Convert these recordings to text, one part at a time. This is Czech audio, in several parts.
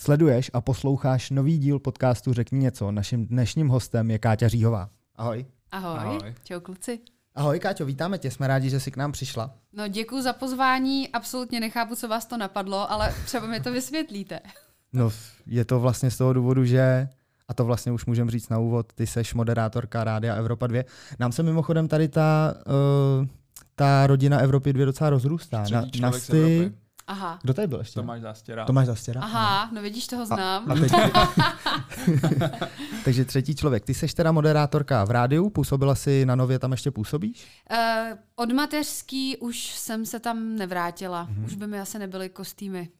Sleduješ a posloucháš nový díl podcastu Řekni něco. Naším dnešním hostem je Káťa Říhová. Ahoj. Ahoj. Čau kluci. Ahoj Káťo, vítáme tě, jsme rádi, že jsi k nám přišla. No děkuji za pozvání, absolutně nechápu, co vás to napadlo, ale třeba mi to vysvětlíte. No je to vlastně z toho důvodu, že, a to vlastně už můžeme říct na úvod, ty seš moderátorka Rádia Evropa 2. Nám se mimochodem tady ta rodina Evropy 2 docela rozrůstá. Aha. Kdo tady byl ještě? Tomáš Zastěra. Aha, no vidíš, toho znám. A teď... Takže třetí člověk. Ty seš teda moderátorka v rádiu, působila jsi na Nově, tam ještě působíš? Od mateřský už jsem se tam nevrátila. Už by mi asi nebyly kostýmy.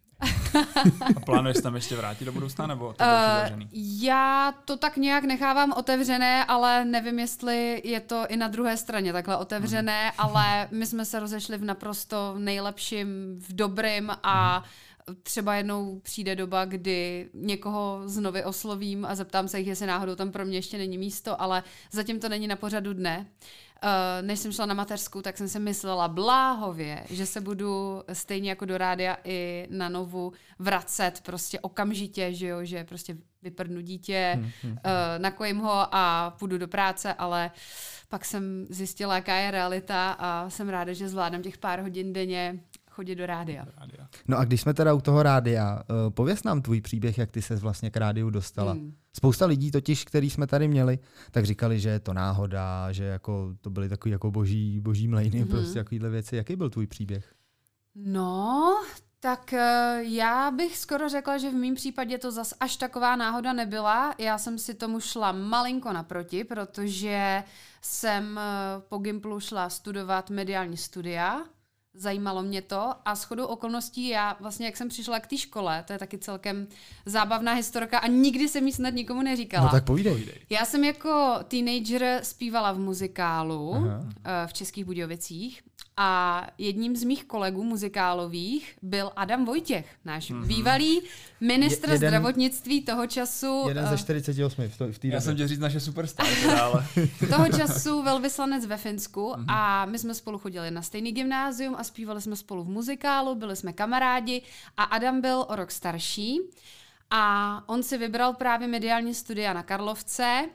A plánuješ se tam ještě vrátit do budoucna, nebo to zavřený? Já to tak nějak nechávám otevřené, ale nevím, jestli je to i na druhé straně takhle otevřené, ale my jsme se rozešli v naprosto nejlepším, v dobrým a třeba jednou přijde doba, kdy někoho z Novy oslovím a zeptám se jich, jestli náhodou tam pro mě ještě není místo, ale zatím to není na pořadu dne. Než jsem šla na mateřskou, tak jsem si myslela bláhově, že se budu stejně jako do rádia i na Novu vracet prostě okamžitě, že prostě vyprdnu dítě, nakojím ho a půjdu do práce, ale pak jsem zjistila, jaká je realita a jsem ráda, že zvládám těch pár hodin denně chodit do rádia. No a když jsme teda u toho rádia, pověz nám tvůj příběh, jak ty ses vlastně k rádiu dostala. Spousta lidí totiž, který jsme tady měli, tak říkali, že je to náhoda, že jako to byly takový jako boží mlejny, prostě takovýhle věci. Jaký byl tvůj příběh? No, tak já bych skoro řekla, že v mém případě to zas až taková náhoda nebyla. Já jsem si tomu šla malinko naproti, protože jsem po Gimplu šla studovat mediální studia. Zajímalo mě to a shodou okolností já vlastně, jak jsem přišla k té škole, to je taky celkem zábavná historka a nikdy jsem ji snad nikomu neříkala. No tak povídej. Já jsem jako teenager zpívala v muzikálu v Českých Budějovicích a jedním z mých kolegů muzikálových byl Adam Vojtěch, náš bývalý ministr zdravotnictví toho času. Jeden ze 48 v té Já jsem tě říct naše superstar, ale... toho času velvyslanec ve Finsku a my jsme spolu chodili na stejný gymnázium a zpívali jsme spolu v muzikálu, byli jsme kamarádi a Adam byl o rok starší a on si vybral právě mediální studia na Karlovce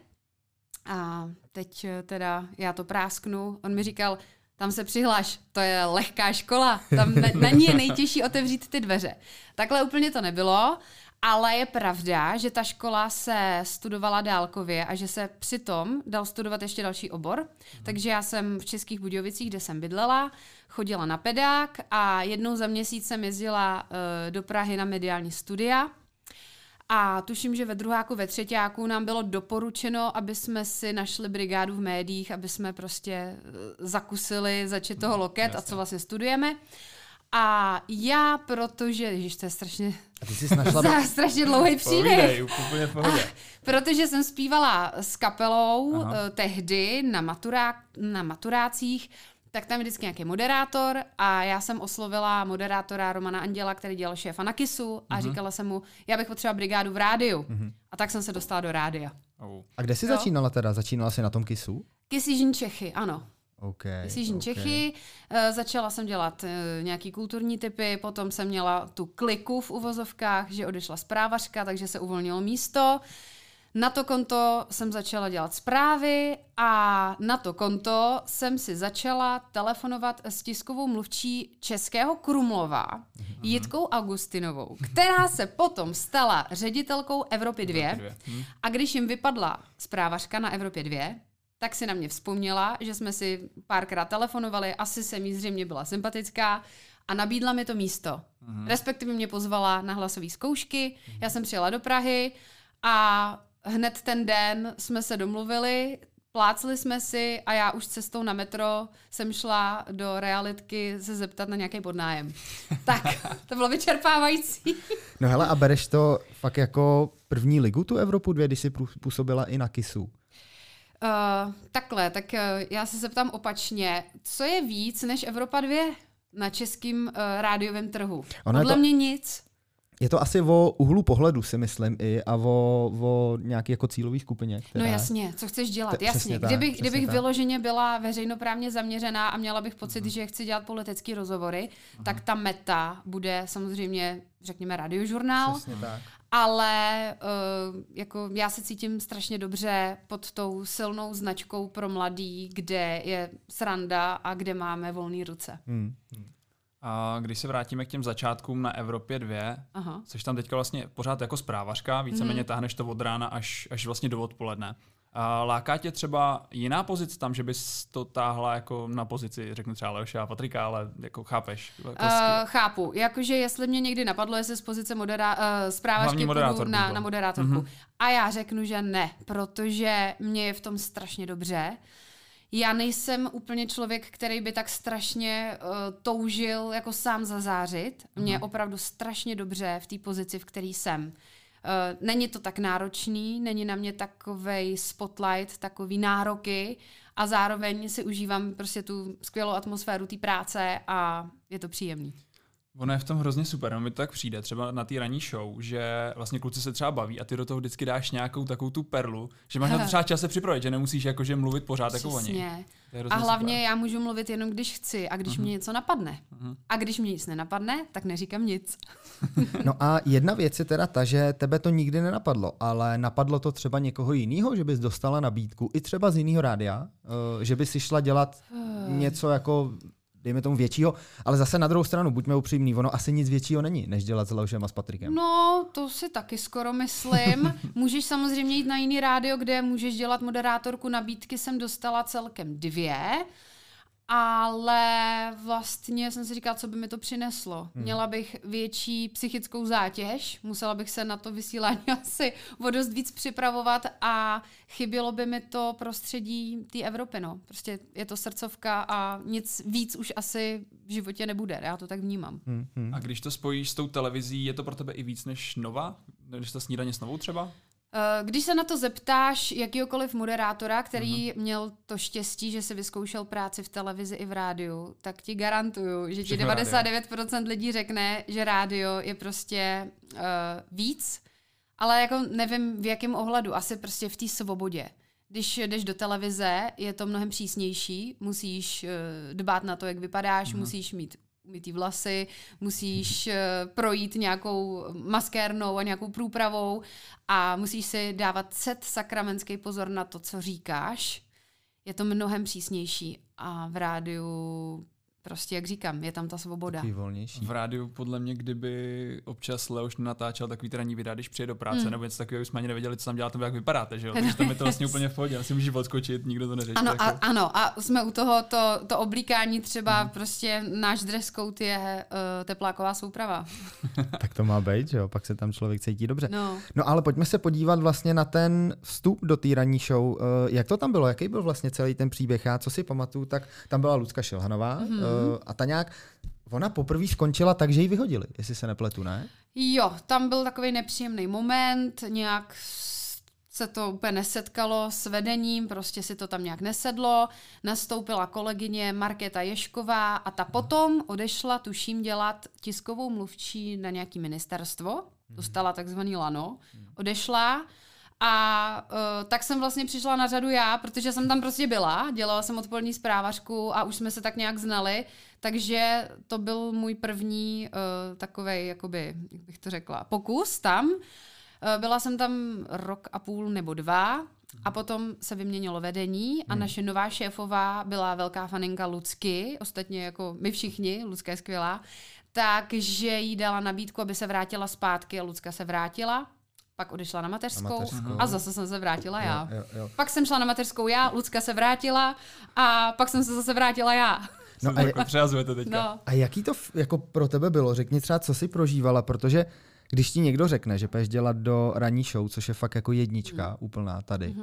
a teď teda já to prásknu, on mi říkal, tam se přihlaš, to je lehká škola, tam na ní je nejtěžší otevřít ty dveře. Takhle úplně to nebylo, ale je pravda, že ta škola se studovala dálkově a že se přitom dal studovat ještě další obor. Takže já jsem v Českých Budějovicích, kde jsem bydlela, chodila na pedák a jednou za měsíc jsem jezdila do Prahy na mediální studia. A tuším, že ve druháku, ve třetíku nám bylo doporučeno, aby jsme si našli brigádu v médiích, aby jsme prostě zakusili začít toho loket a co vlastně studujeme. A já, protože, ježiš, to je strašně, strašně dlouhý příběh. Úplně v pohodě. Protože jsem zpívala s kapelou tehdy na maturácích, tak tam je vždycky nějaký moderátor a já jsem oslovila moderátora Romana Anděla, který dělal šéfa na KISu a říkala jsem mu, já bych potřebovala brigádu v rádiu. A tak jsem se dostala do rádia. A kde jsi začínala teda? Začínala jsi na tom KISu? KIS Jižní Čechy, ano. KIS Jižní Čechy. Začala jsem dělat nějaký kulturní typy, potom jsem měla tu kliku v uvozovkách, že odešla zprávařka, takže se uvolnilo místo. Na to konto jsem začala dělat zprávy a na to konto jsem si začala telefonovat s tiskovou mluvčí Českého Krumlova, Jitkou Augustinovou, která se potom stala ředitelkou Evropy 2. A když jim vypadla zprávařka na Evropě 2, tak si na mě vzpomněla, že jsme si párkrát telefonovali, asi jsem jí zřejmě byla sympatická a nabídla mi to místo. Respektive mě pozvala na hlasové zkoušky, já jsem přijela do Prahy a hned ten den jsme se domluvili, plácli jsme si a já už cestou na metro jsem šla do realitky se zeptat na nějaký podnájem. Tak, to bylo vyčerpávající. No hele, a bereš to fakt jako první ligu tu Evropu 2, když jsi působila i na KISu? Takhle, tak já se zeptám opačně. Co je víc než Evropa 2 na českém rádiovém trhu? Podle mě nic. Je to asi o úhlu pohledu, si myslím, i a o nějaký jako cílový skupině. Která... No jasně, co chceš dělat, jasně. Kdybych vyloženě byla veřejnoprávně zaměřená a měla bych pocit, že chci dělat politické rozhovory, tak ta meta bude samozřejmě, řekněme, radiožurnál. ale jako já se cítím strašně dobře pod tou silnou značkou pro mladý, kde je sranda a kde máme volné ruce. A když se vrátíme k těm začátkům na Evropě 2, což tam teďka vlastně pořád jako zprávařka, víceméně táhneš to od rána až vlastně do odpoledne. A láká tě třeba jiná pozice tam, že bys to táhla jako na pozici, řeknu třeba Leoše a Patrika, ale jako chápeš? Chápu. Jakože jestli mě někdy napadlo, jestli z pozice zprávačky půjdu na moderátorku. A já řeknu, že ne, protože mě je v tom strašně dobře. Já nejsem úplně člověk, který by tak strašně toužil jako sám zazářit. Mně je opravdu strašně dobře v té pozici, v které jsem. Není to tak náročný, není na mě takovej spotlight, takový nároky a zároveň si užívám prostě tu skvělou atmosféru té práce a je to příjemný. Ono je v tom hrozně super, mi to tak přijde, třeba na té ranní show, že vlastně kluci se třeba baví a ty do toho vždycky dáš nějakou takovou tu perlu, že máš na to třeba čas se připravit, že nemusíš jakože mluvit pořád jako oni. A hlavně super. Já můžu mluvit jenom, když chci a když mě něco napadne. A když mě nic nenapadne, tak neříkám nic. No a jedna věc je teda ta, že tebe to nikdy nenapadlo, ale napadlo to třeba někoho jiného, že bys dostala nabídku, i třeba z jiného rádia, že bys si šla dělat něco jako dejme tomu většího, ale zase na druhou stranu, buďme upřímní, ono asi nic většího není, než dělat s Leošem a s Patrikem. No, to si taky skoro myslím. Můžeš samozřejmě jít na jiný rádio, kde můžeš dělat moderátorku, nabídky jsem dostala celkem 2, ale vlastně jsem si říkala, co by mi to přineslo. Měla bych větší psychickou zátěž, musela bych se na to vysílání asi o dost víc připravovat a chybělo by mi to prostředí té Evropy. No. Prostě je to srdcovka a nic víc už asi v životě nebude. Já to tak vnímám. A když to spojíš s tou televizí, je to pro tebe i víc než Nova? Než ta Snídaně s Novou třeba? Když se na to zeptáš jakýkoliv moderátora, který měl to štěstí, že si vyzkoušel práci v televizi i v rádiu, tak ti garantuju, že ti 99% lidí řekne, že rádio je prostě víc, ale jako nevím v jakém ohledu, asi prostě v té svobodě. Když jdeš do televize, je to mnohem přísnější, musíš dbát na to, jak vypadáš, musíš mít umytý vlasy, musíš projít nějakou maskérnou a nějakou průpravou a musíš si dávat sakramentský pozor na to, co říkáš. Je to mnohem přísnější a v rádiu prostě, jak říkám, je tam ta svoboda. V rádiu podle mě, kdyby občas Leoš natáčel takový ranní videa, když přijde do práce, nebo něco takového, jsme ani nevěděli, co tam děláte, jak vypadáte, že jo? Takže tam je to vlastně úplně v pohodě, asi můžeš odskočit, nikdo to neřeší. Ano, a jsme u toho, to oblíkání třeba prostě náš dress code je tepláková souprava. Tak to má být, že jo? Pak se tam člověk cítí dobře. No ale pojďme se podívat vlastně na ten vstup do té ranní show. Jak to tam bylo? Jaký byl vlastně celý ten příběh? Já co si pamatuju, tak tam byla Lucka Šilhanová, a ta nějak, ona poprvé skončila tak, že ji vyhodili, jestli se nepletu, ne? Jo, tam byl takový nepříjemný moment, nějak se to úplně nesetkalo s vedením, prostě si to tam nějak nesedlo, nastoupila kolegyně Markéta Ješková a ta potom odešla, tuším, dělat tiskovou mluvčí na nějaký ministerstvo, dostala takzvaný lano, odešla. A tak jsem vlastně přišla na řadu já, protože jsem tam prostě byla, dělala jsem odpolední zprávařku a už jsme se tak nějak znali, takže to byl můj první takovej, jakoby, jak bych to řekla, pokus tam. Byla jsem tam 1,5 nebo 2 a potom se vyměnilo vedení a naše nová šéfová byla velká faninka Lucky, ostatně jako my všichni, Lucka je skvělá, takže jí dala nabídku, aby se vrátila zpátky a Lucka se vrátila. Pak odešla na mateřskou a zase jsem se vrátila já. Jo. Pak jsem šla na mateřskou já, Lucka se vrátila a pak jsem se zase vrátila já. No a přehazujete teďka. No. A jaký to jako pro tebe bylo? Řekni třeba, co jsi prožívala, protože když ti někdo řekne, že půjdeš dělat do ranní show, což je fakt jako jednička úplná tady,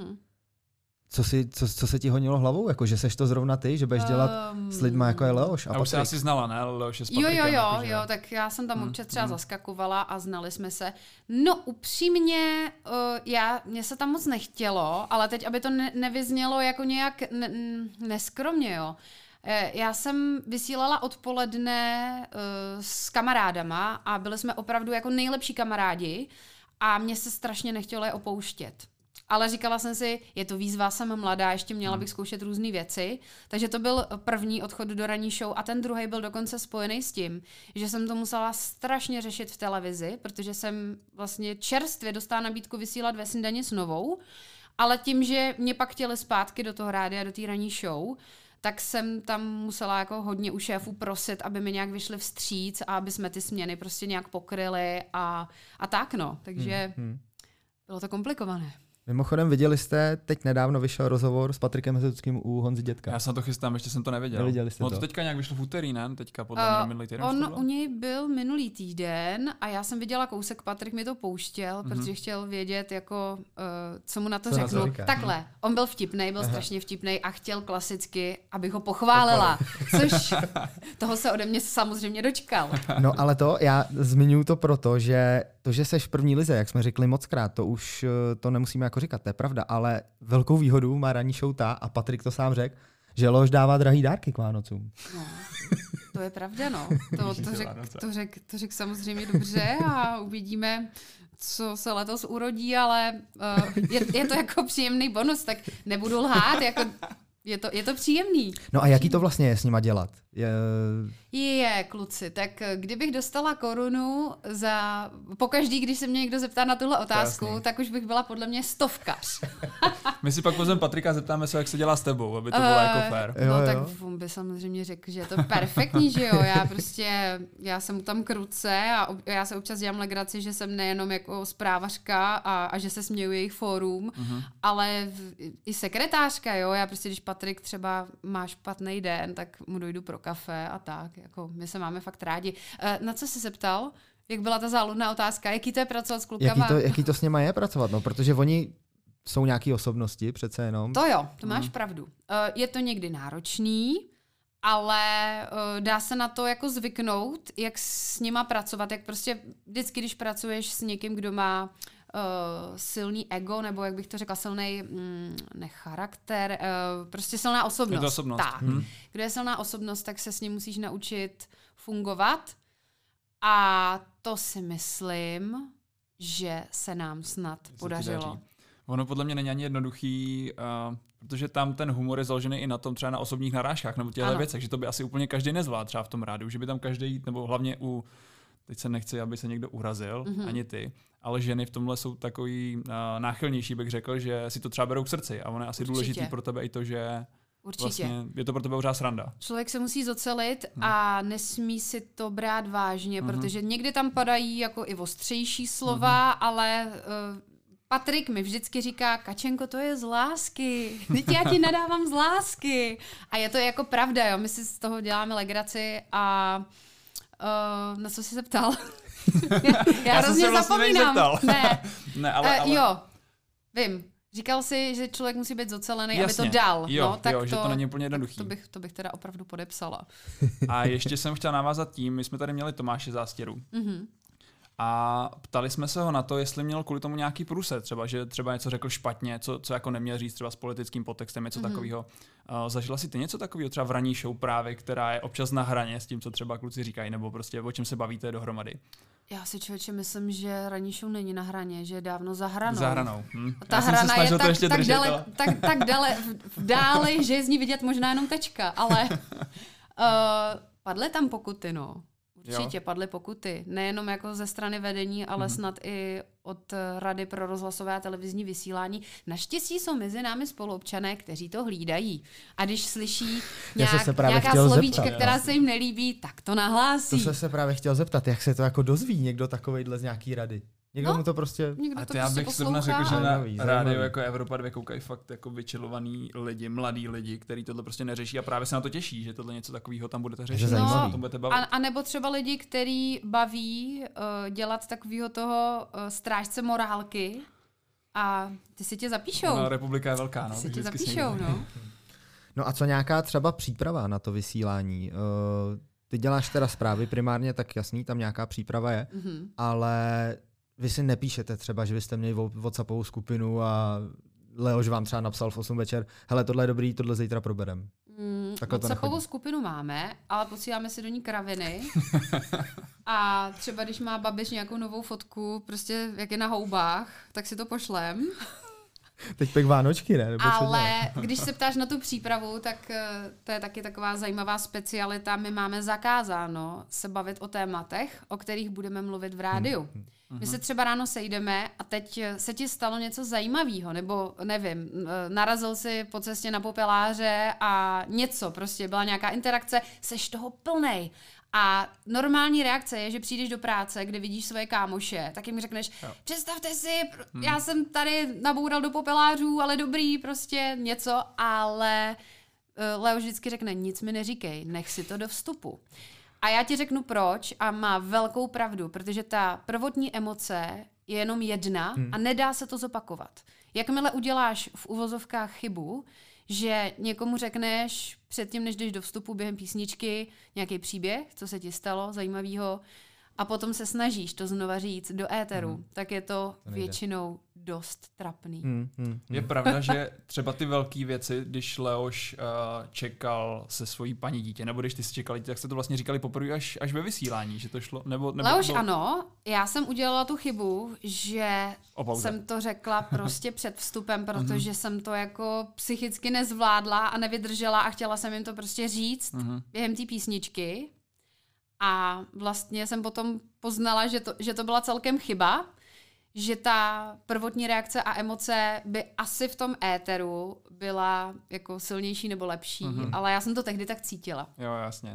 co se ti honilo hlavou? Jako, že seš to zrovna ty, že budeš dělat s lidma jako je Leoš a už se asi znala, ne? Leoš je s Patrikem. Jo, tak já jsem tam určitě třeba zaskakovala a znali jsme se. No upřímně, mně se tam moc nechtělo, ale teď, aby to nevyznělo jako nějak neskromně, jo. Já jsem vysílala odpoledne s kamarádama a byli jsme opravdu jako nejlepší kamarádi a mně se strašně nechtělo je opouštět. ale říkala jsem si, je to výzva, jsem mladá, ještě měla bych zkoušet různé věci. Takže to byl první odchod do ranní show a ten druhý byl dokonce spojený s tím, že jsem to musela strašně řešit v televizi, protože jsem vlastně čerstvě dostala nabídku vysílat ve snídani s Novou, ale tím, že mě pak chtěli zpátky do toho rádia, do té ranní show, tak jsem tam musela jako hodně u šéfů prosit, aby mi nějak vyšli vstříc a aby jsme ty směny prostě nějak pokryli a tak no. Takže bylo to komplikované. Mimochodem, viděli jste, teď nedávno vyšel rozhovor s Patrikem Hezeckým u Honzy Dětka. Já se na to chystám, ještě jsem to neviděl. Neviděli jste to teďka nějak vyšlo v úterý, ne? Teďka podle mě minulý týden. On u něj byl minulý týden a já jsem viděla kousek, Patrik mi to pouštěl, protože chtěl vědět, jako, co mu na to řeknu. Takhle, on byl vtipnej, byl strašně vtipnej a chtěl klasicky, abych ho pochválila, což toho se ode mě samozřejmě dočkal. No ale to, já zmiňuji to proto, že to, že seš v první lize, jak jsme řekli mockrát, to už to nemusíme jako říkat, to je pravda, ale velkou výhodu má ranní show ta, a Patrik to sám řekl, že Lož dává drahý dárky k Vánocům. No, to je pravda, no. To řek samozřejmě dobře a uvidíme, co se letos urodí, ale je to jako příjemný bonus, tak nebudu lhát, jako je to příjemný. No a jaký to vlastně je s nima dělat? Kluci, tak kdybych dostala korunu za pokaždý, když se mě někdo zeptá na tuhle otázku, tak už bych byla podle mě stovkař. My si pak pozveme Patrika a zeptáme se, jak se dělá s tebou, aby to bylo jako fér. No tak on by samozřejmě řekl, že je to perfektní, že jo, já jsem tam kruce a já se občas dělám legraci, že jsem nejenom jako zprávařka a že se směju jejich fórum, ale i sekretářka, jo, já prostě, když Patrik třeba má špatný den, tak mu dojdu pro kafe a tak, jako my se máme fakt rádi. Na co jsi se ptal? Jak byla ta záludná otázka? Jaký to je pracovat s klukama? Jaký to s něma je pracovat? No, protože oni jsou nějaký osobnosti přece jenom. To jo, to máš pravdu. Je to někdy náročný, ale dá se na to jako zvyknout, jak s nima pracovat, jak prostě vždycky, když pracuješ s někým, kdo má silný ego, nebo jak bych to řekla, silný charakter, prostě silná osobnost. Je to osobnost. Tak. Kdo je silná osobnost, tak se s ním musíš naučit fungovat a to si myslím, že se nám snad podařilo. Ono podle mě není ani jednoduchý, protože tam ten humor je založený i na tom třeba na osobních narážkách nebo těchto věcech, že to by asi úplně každý nezvládl třeba v tom rádiu, že by tam každý, nebo hlavně teď se nechci, aby se někdo urazil, ani ty, ale ženy v tomhle jsou takový náchylnější, bych řekl, že si to třeba berou k srdci a ono je asi důležitý pro tebe i to, že vlastně je to pro tebe pořád sranda. Člověk se musí zocelit a nesmí si to brát vážně, protože někdy tam padají jako i ostřejší slova, ale Patrik mi vždycky říká, Kačenko, to je z lásky, teď já ti nadávám z lásky. A je to jako pravda, jo, my si z toho děláme legraci a na co jsi se ptal? já hrozně zapomínám. Ne, ale... Jo, vím. Říkal jsi, že člověk musí být zocelený, aby to dal. Jo, že to není úplně jednoduchý. To bych teda opravdu podepsala. A ještě jsem chtěla navázat tím, my jsme tady měli Tomáše Zástěru. A ptali jsme se ho na to, jestli měl kvůli tomu nějaký průser, třeba, že třeba něco řekl špatně, co jako neměl říct třeba s politickým podtextem, něco takového. Zažila si ty něco takového třeba v ranní show právě, která je občas na hraně s tím, co třeba kluci říkají, nebo prostě o čem se bavíte dohromady? Já si člověče myslím, že ranní show není na hraně, že je dávno za hranou. Za hranou. Ta hrana je tak dále, že je z ní vidět možná jenom tečka, ale padly tam pokuty, no. Určitě padly pokuty. Nejenom jako ze strany vedení, ale snad i od Rady pro rozhlasové a televizní vysílání. Naštěstí jsou mezi námi spoluobčané, kteří to hlídají. A když slyší nějaká slovíčka, která se jim nelíbí, tak to nahlásí. To jsem se právě chtěl zeptat, jak se to jako dozví někdo takovejhle z nějaký rady. Někdo mu to prostě... A to já bych zrovna řekl, že na rádiu jako Evropa 2 koukají fakt jako vyčilovaný lidi, mladí lidi, kteří tohle prostě neřeší a právě se na to těší, že tohle něco takového tam budete řešit. A nebo třeba lidi, který baví dělat takového toho strážce morálky a ty si tě zapíšou. No, republika je velká, no. Ty si tě zapíšou, no. No a co nějaká třeba příprava na to vysílání? Ty děláš teda zprávy primárně, tak jasný, tam nějaká příprava je, ale vy si nepíšete třeba, že byste měli WhatsAppovou skupinu a Leoš vám třeba napsal v 8 večer, hele, tohle je dobrý, tohle zítra proberem. WhatsAppovou skupinu máme, ale posíláme si do ní kraviny. A třeba když má Babiš nějakou novou fotku, prostě jak je na houbách, tak si to pošlem. Teď pek Vánočky, ne? Nebo ale když se ptáš na tu přípravu, tak to je taky taková zajímavá specialita. My máme zakázáno se bavit o tématech, o kterých budeme mluvit v rádiu. My se třeba ráno sejdeme a teď se ti stalo něco zajímavého, nebo nevím, narazil si po cestě na popeláře a něco, prostě byla nějaká interakce, seš toho plnej. A normální reakce je, že přijdeš do práce, kde vidíš svoje kámoše, tak jim řekneš, představte si, já jsem tady naboural do popelářů, ale dobrý, prostě něco, ale Leo vždycky řekne, nic mi neříkej, nech si to do vstupu. A já ti řeknu proč a má velkou pravdu, protože ta prvotní emoce je jenom jedna a nedá se to zopakovat. Jakmile uděláš v uvozovkách chybu, že někomu řekneš předtím, než jdeš do vstupu během písničky nějaký příběh, co se ti stalo zajímavého, a potom se snažíš to znova říct do éteru, tak je to většinou dost trapný. Je pravda, že třeba ty velké věci, když Leoš čekal se svojí paní dítě, nebo když ty jsi čekal, tak jste to vlastně říkali poprvé až ve vysílání, že to šlo? Nebo Leoš ano, já jsem udělala tu chybu, že jsem to řekla prostě před vstupem, protože jsem to jako psychicky nezvládla a nevydržela a chtěla jsem jim to prostě říct během té písničky. A vlastně jsem potom poznala, že to byla celkem chyba, že ta prvotní reakce a emoce by asi v tom éteru byla jako silnější nebo lepší, ale já jsem to tehdy tak cítila. Jo, jasně.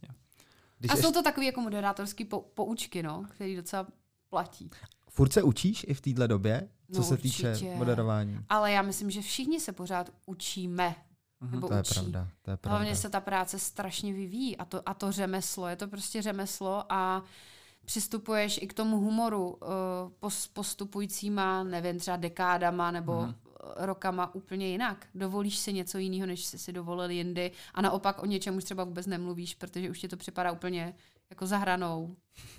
A jsou to takový jako moderátorský poučky, no, který docela platí. Furt se učíš i v této době, co se týče moderování? Ale já myslím, že všichni se pořád učíme. To je pravda. Hlavně se ta práce strašně vyvíjí a to řemeslo, je to prostě řemeslo a přistupuješ i k tomu humoru postupujícíma, nevím, třeba dekádama nebo rokama úplně jinak. Dovolíš si něco jiného, než jsi si dovolil jindy a naopak o něčem už třeba vůbec nemluvíš, protože už ti to připadá úplně jako za hranou.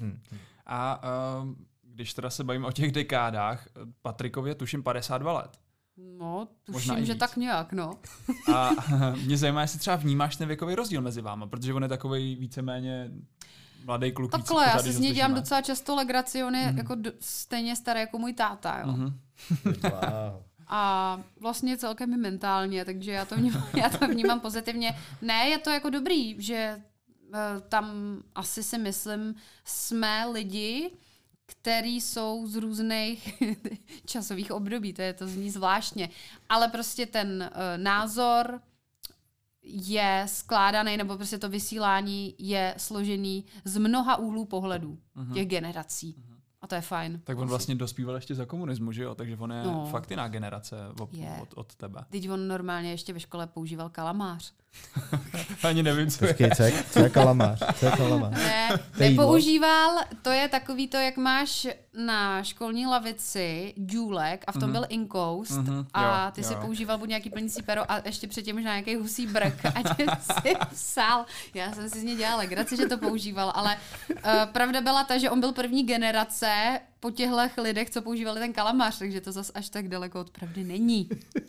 A když teda se bavíme o těch dekádách, Patrikově tuším 52 let. No, tuším, že tak nějak, no. A mě zajímá, jestli třeba vnímáš ten věkový rozdíl mezi váma, protože on je takovej víceméně mladý kluk. Takhle, já si s ní dělám docela často legraci, on je jako stejně starý jako můj táta, jo. Wow. A vlastně celkem i mentálně, takže já to vnímám pozitivně. Ne, je to jako dobrý, že tam asi si myslím, jsme lidi, který jsou z různých časových období, to zní zvláštně. Ale prostě ten názor je skládaný, nebo prostě to vysílání je složený z mnoha úhlů pohledů těch generací. A to je fajn. Tak on vlastně dospíval ještě za komunismu, že jo? Takže on je fakt jiná generace od tebe. Teď on normálně ještě ve škole používal kalamář. Ani nevím, co je. Co je kalamář? Ne, nepoužíval, to je takový to, jak máš na školní lavici důlek a v tom byl inkoust a ty si používal buď nějaký plnící pero a ještě předtím možná nějaký husí brk a tě si psal. Já jsem si z něj dělala legraci, že to používal, ale pravda byla ta, že on byl první generace po těchto lidech, co používali ten kalamář, takže to zas až tak daleko od pravdy není.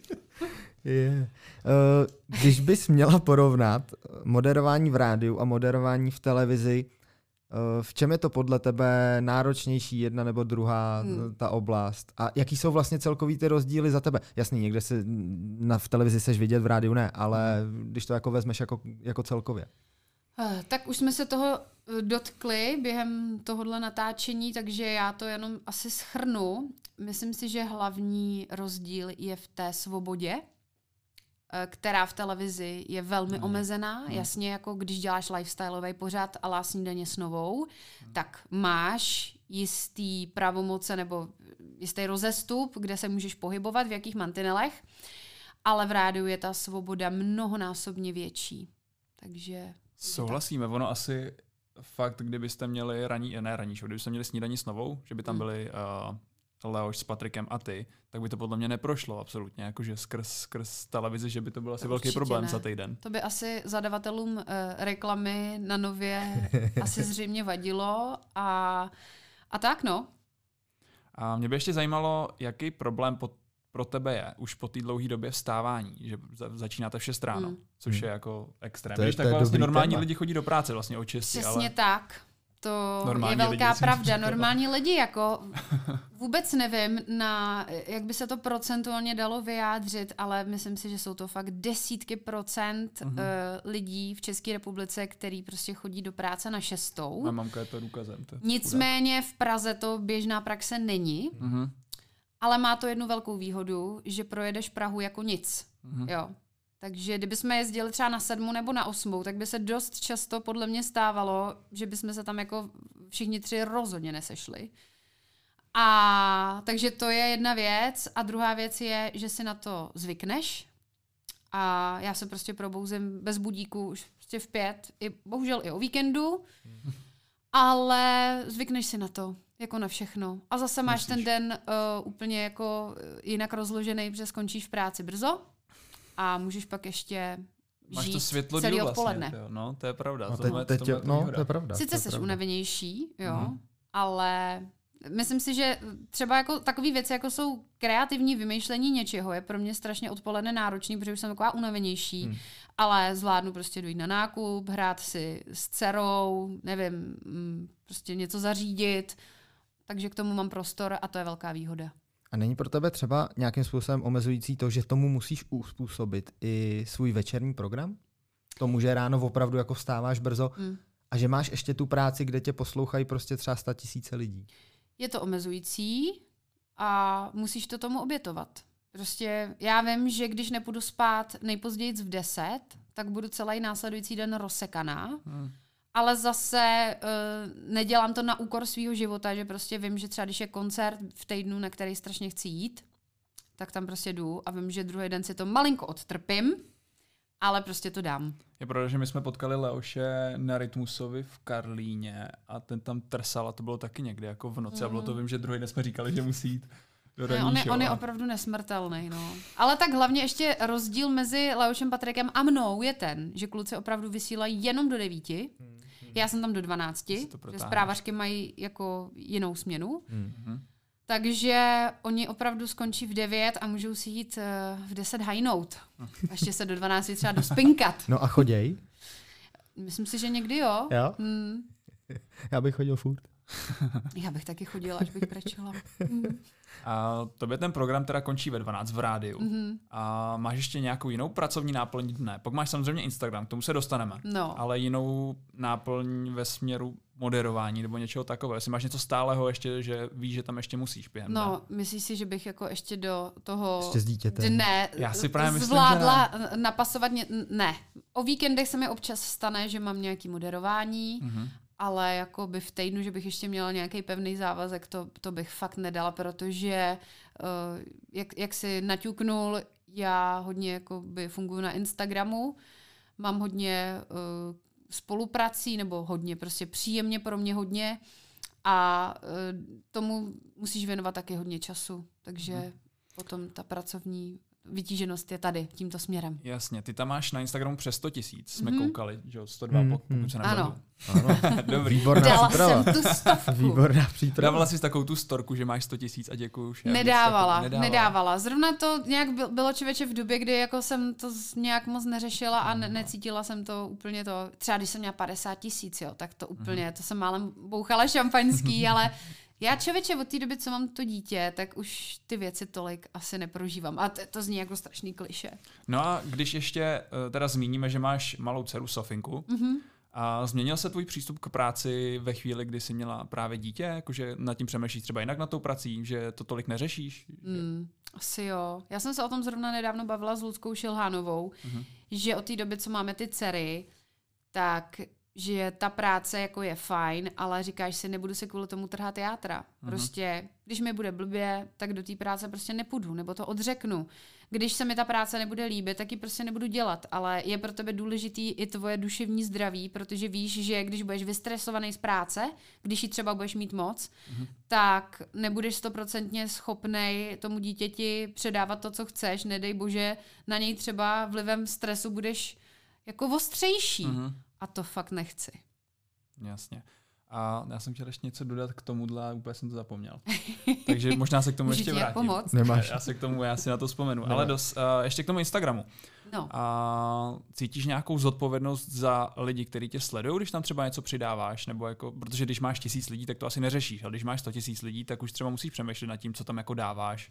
Když bys měla porovnat moderování v rádiu a moderování v televizi, v čem je to podle tebe náročnější, jedna nebo druhá ta oblast? A jaký jsou vlastně celkový ty rozdíly za tebe? Jasný, někde v televizi seš vidět, v rádiu ne, ale když to jako vezmeš jako celkově. Tak už jsme se toho dotkli během tohohle natáčení, takže já to jenom asi shrnu. Myslím si, že hlavní rozdíl je v té svobodě, která v televizi je velmi omezená. Jasně, jako když děláš lifestyleový pořad a Snídaně s Novou, tak máš jistý pravomoce nebo jistý rozestup, kde se můžeš pohybovat, v jakých mantinelech, ale v rádiu je ta svoboda mnohonásobně větší. Takže... Souhlasíme, ono asi fakt, kdybyste měli kdybyste měli Snídaní s Novou, že by tam byli Leoš s Patrikem a ty, tak by to podle mě neprošlo absolutně, jakože skrz televizi, že by to byl asi velký problém za týden. To by asi zadavatelům reklamy na Nově asi zřejmě vadilo a tak no. A mě by ještě zajímalo, jaký problém pro tebe je už po té dlouhé době vstávání, že začínáte v 6 ráno, což je jako extrém. Když takhle vlastně normální lidi chodí do práce vlastně o 6. Přesně tak. To normální je velká lidi, pravda. Normální lidi, jako vůbec nevím, jak by se to procentuálně dalo vyjádřit, ale myslím si, že jsou to fakt desítky procent lidí v České republice, který prostě chodí do práce na 6. Moje mamka je to důkazem. Nicméně v Praze to běžná praxe není, ale má to jednu velkou výhodu, že projedeš Prahu jako nic. Jo. Takže kdybychom jezdili třeba na 7 nebo na 8, tak by se dost často podle mě stávalo, že bychom se tam jako všichni 3 rozhodně nesešli. A takže to je jedna věc. A druhá věc je, že si na to zvykneš. A já se prostě probouzím bez budíku už prostě v 5, bohužel i o víkendu, ale zvykneš si na to, jako na všechno. A zase máš ten den úplně jako jinak rozložený, protože skončíš v práci brzo. A můžeš pak ještě máš žít to světlo celý díl odpoledne. Vlastně, no, to je pravda. No, to je pravda. Sice jsi unavenější, jo, ale myslím si, že třeba jako takový věci, jako jsou kreativní vymýšlení něčeho, je pro mě strašně odpoledne náročný, protože už jsem taková unavenější, ale zvládnu prostě dojít na nákup, hrát si s dcerou, nevím, prostě něco zařídit, takže k tomu mám prostor a to je velká výhoda. A není pro tebe třeba nějakým způsobem omezující to, že tomu musíš uspůsobit i svůj večerní program? Tomu, že ráno opravdu jako vstáváš brzo a že máš ještě tu práci, kde tě poslouchají prostě třeba 100 000 lidí. Je to omezující a musíš to tomu obětovat. Prostě já vím, že když nepůjdu spát nejpozději v 10, tak budu celý následující den rozsekaná. Ale zase nedělám to na úkor svýho života, že prostě vím, že třeba když je koncert v týdnu, na který strašně chci jít, tak tam prostě jdu a vím, že druhý den si to malinko odtrpím, ale prostě to dám. Je pravda, že my jsme potkali Leoše na Rytmusovi v Karlíně a ten tam trsal a to bylo taky někdy jako v noci a bylo to, vím, že druhý den jsme říkali, že musí jít do ranní show. On je opravdu nesmrtelný. No. Ale tak hlavně ještě rozdíl mezi Leošem, Patrikem a mnou je ten, že kluci opravdu vysílají jenom do 9. Já jsem tam do 12, že zprávařky mají jako jinou směnu. Takže oni opravdu skončí v 9 a můžou si jít v 10 hajnout. A ještě se do 12 třeba dospinkat. No a choděj? Myslím si, že někdy jo. Já bych chodil furt. Já bych taky chodila, až bych prečela. A tobě ten program teda končí ve 12 v rádiu. A máš ještě nějakou jinou pracovní náplň dne? Pak máš samozřejmě Instagram, k tomu se dostaneme. No. Ale jinou náplň ve směru moderování nebo něčeho takového. Jestli máš něco stálého ještě, že víš, že tam ještě musíš během dne. No, myslíš si, že bych jako ještě do toho ještě s dítětem dne já si právě myslím, zvládla napasovat ne. O víkendech se mi občas stane, že mám nějaký moderování, ale jako by v týdnu, že bych ještě měla nějaký pevný závazek, to bych fakt nedala, protože jak si naťuknul, já hodně jakoby funguji na Instagramu, mám hodně spoluprací, nebo hodně, prostě příjemně pro mě hodně a tomu musíš věnovat taky hodně času, takže potom ta pracovní vytíženost je tady, tímto směrem. Jasně, ty tam máš na Instagramu přes 100 000, jsme koukali, že 102, pokud se nebyl. Ano. Dobrý. Výborná příprava. Dala jsem tu 100. Výborná příprava. Dávala jsi takovou tu storku, že máš 100 000 a děkuju už. Nedávala. Zrovna to nějak bylo člověče v době, kdy jako jsem to nějak moc neřešila a necítila jsem to úplně to. Třeba když jsem měla 50 000, jo, tak to úplně, to jsem málem bouchala šampaňský, ale já člověče od té doby, co mám to dítě, tak už ty věci tolik asi neprožívám. A to zní jako strašný klišé. No a když ještě teda zmíníme, že máš malou dceru Sofinku, a změnil se tvůj přístup k práci ve chvíli, kdy jsi měla právě dítě? Jakože nad tím přemýšlíš třeba jinak na tou prací, že to tolik neřešíš? Asi jo. Já jsem se o tom zrovna nedávno bavila s Luckou Šilhánovou, že od té doby, co máme ty dcery, tak že ta práce jako je fajn, ale říkáš si, nebudu si kvůli tomu trhat játra. Prostě, když mi bude blbě, tak do té práce prostě nepůjdu, nebo to odřeknu. Když se mi ta práce nebude líbit, tak ji prostě nebudu dělat, ale je pro tebe důležitý i tvoje duševní zdraví, protože víš, že když budeš vystresovaný z práce, když ji třeba budeš mít moc, tak nebudeš 100% schopnej tomu dítěti předávat to, co chceš, nedej bože, na něj třeba vlivem stresu budeš jako ostřejší. A to fakt nechci. Jasně. A já jsem chtěl ještě něco dodat k tomuhle, ale úplně jsem to zapomněl. Takže možná se k tomu ještě vrátím. Pomoct? Nemáš. Já si na to vzpomenu. Ale ještě k tomu Instagramu. No. A cítíš nějakou zodpovědnost za lidi, kteří tě sledují, když tam třeba něco přidáváš? Nebo jako, protože když máš 1000 lidí, tak to asi neřešíš, ale když máš 100 000 lidí, tak už třeba musíš přemýšlet nad tím, co tam jako dáváš.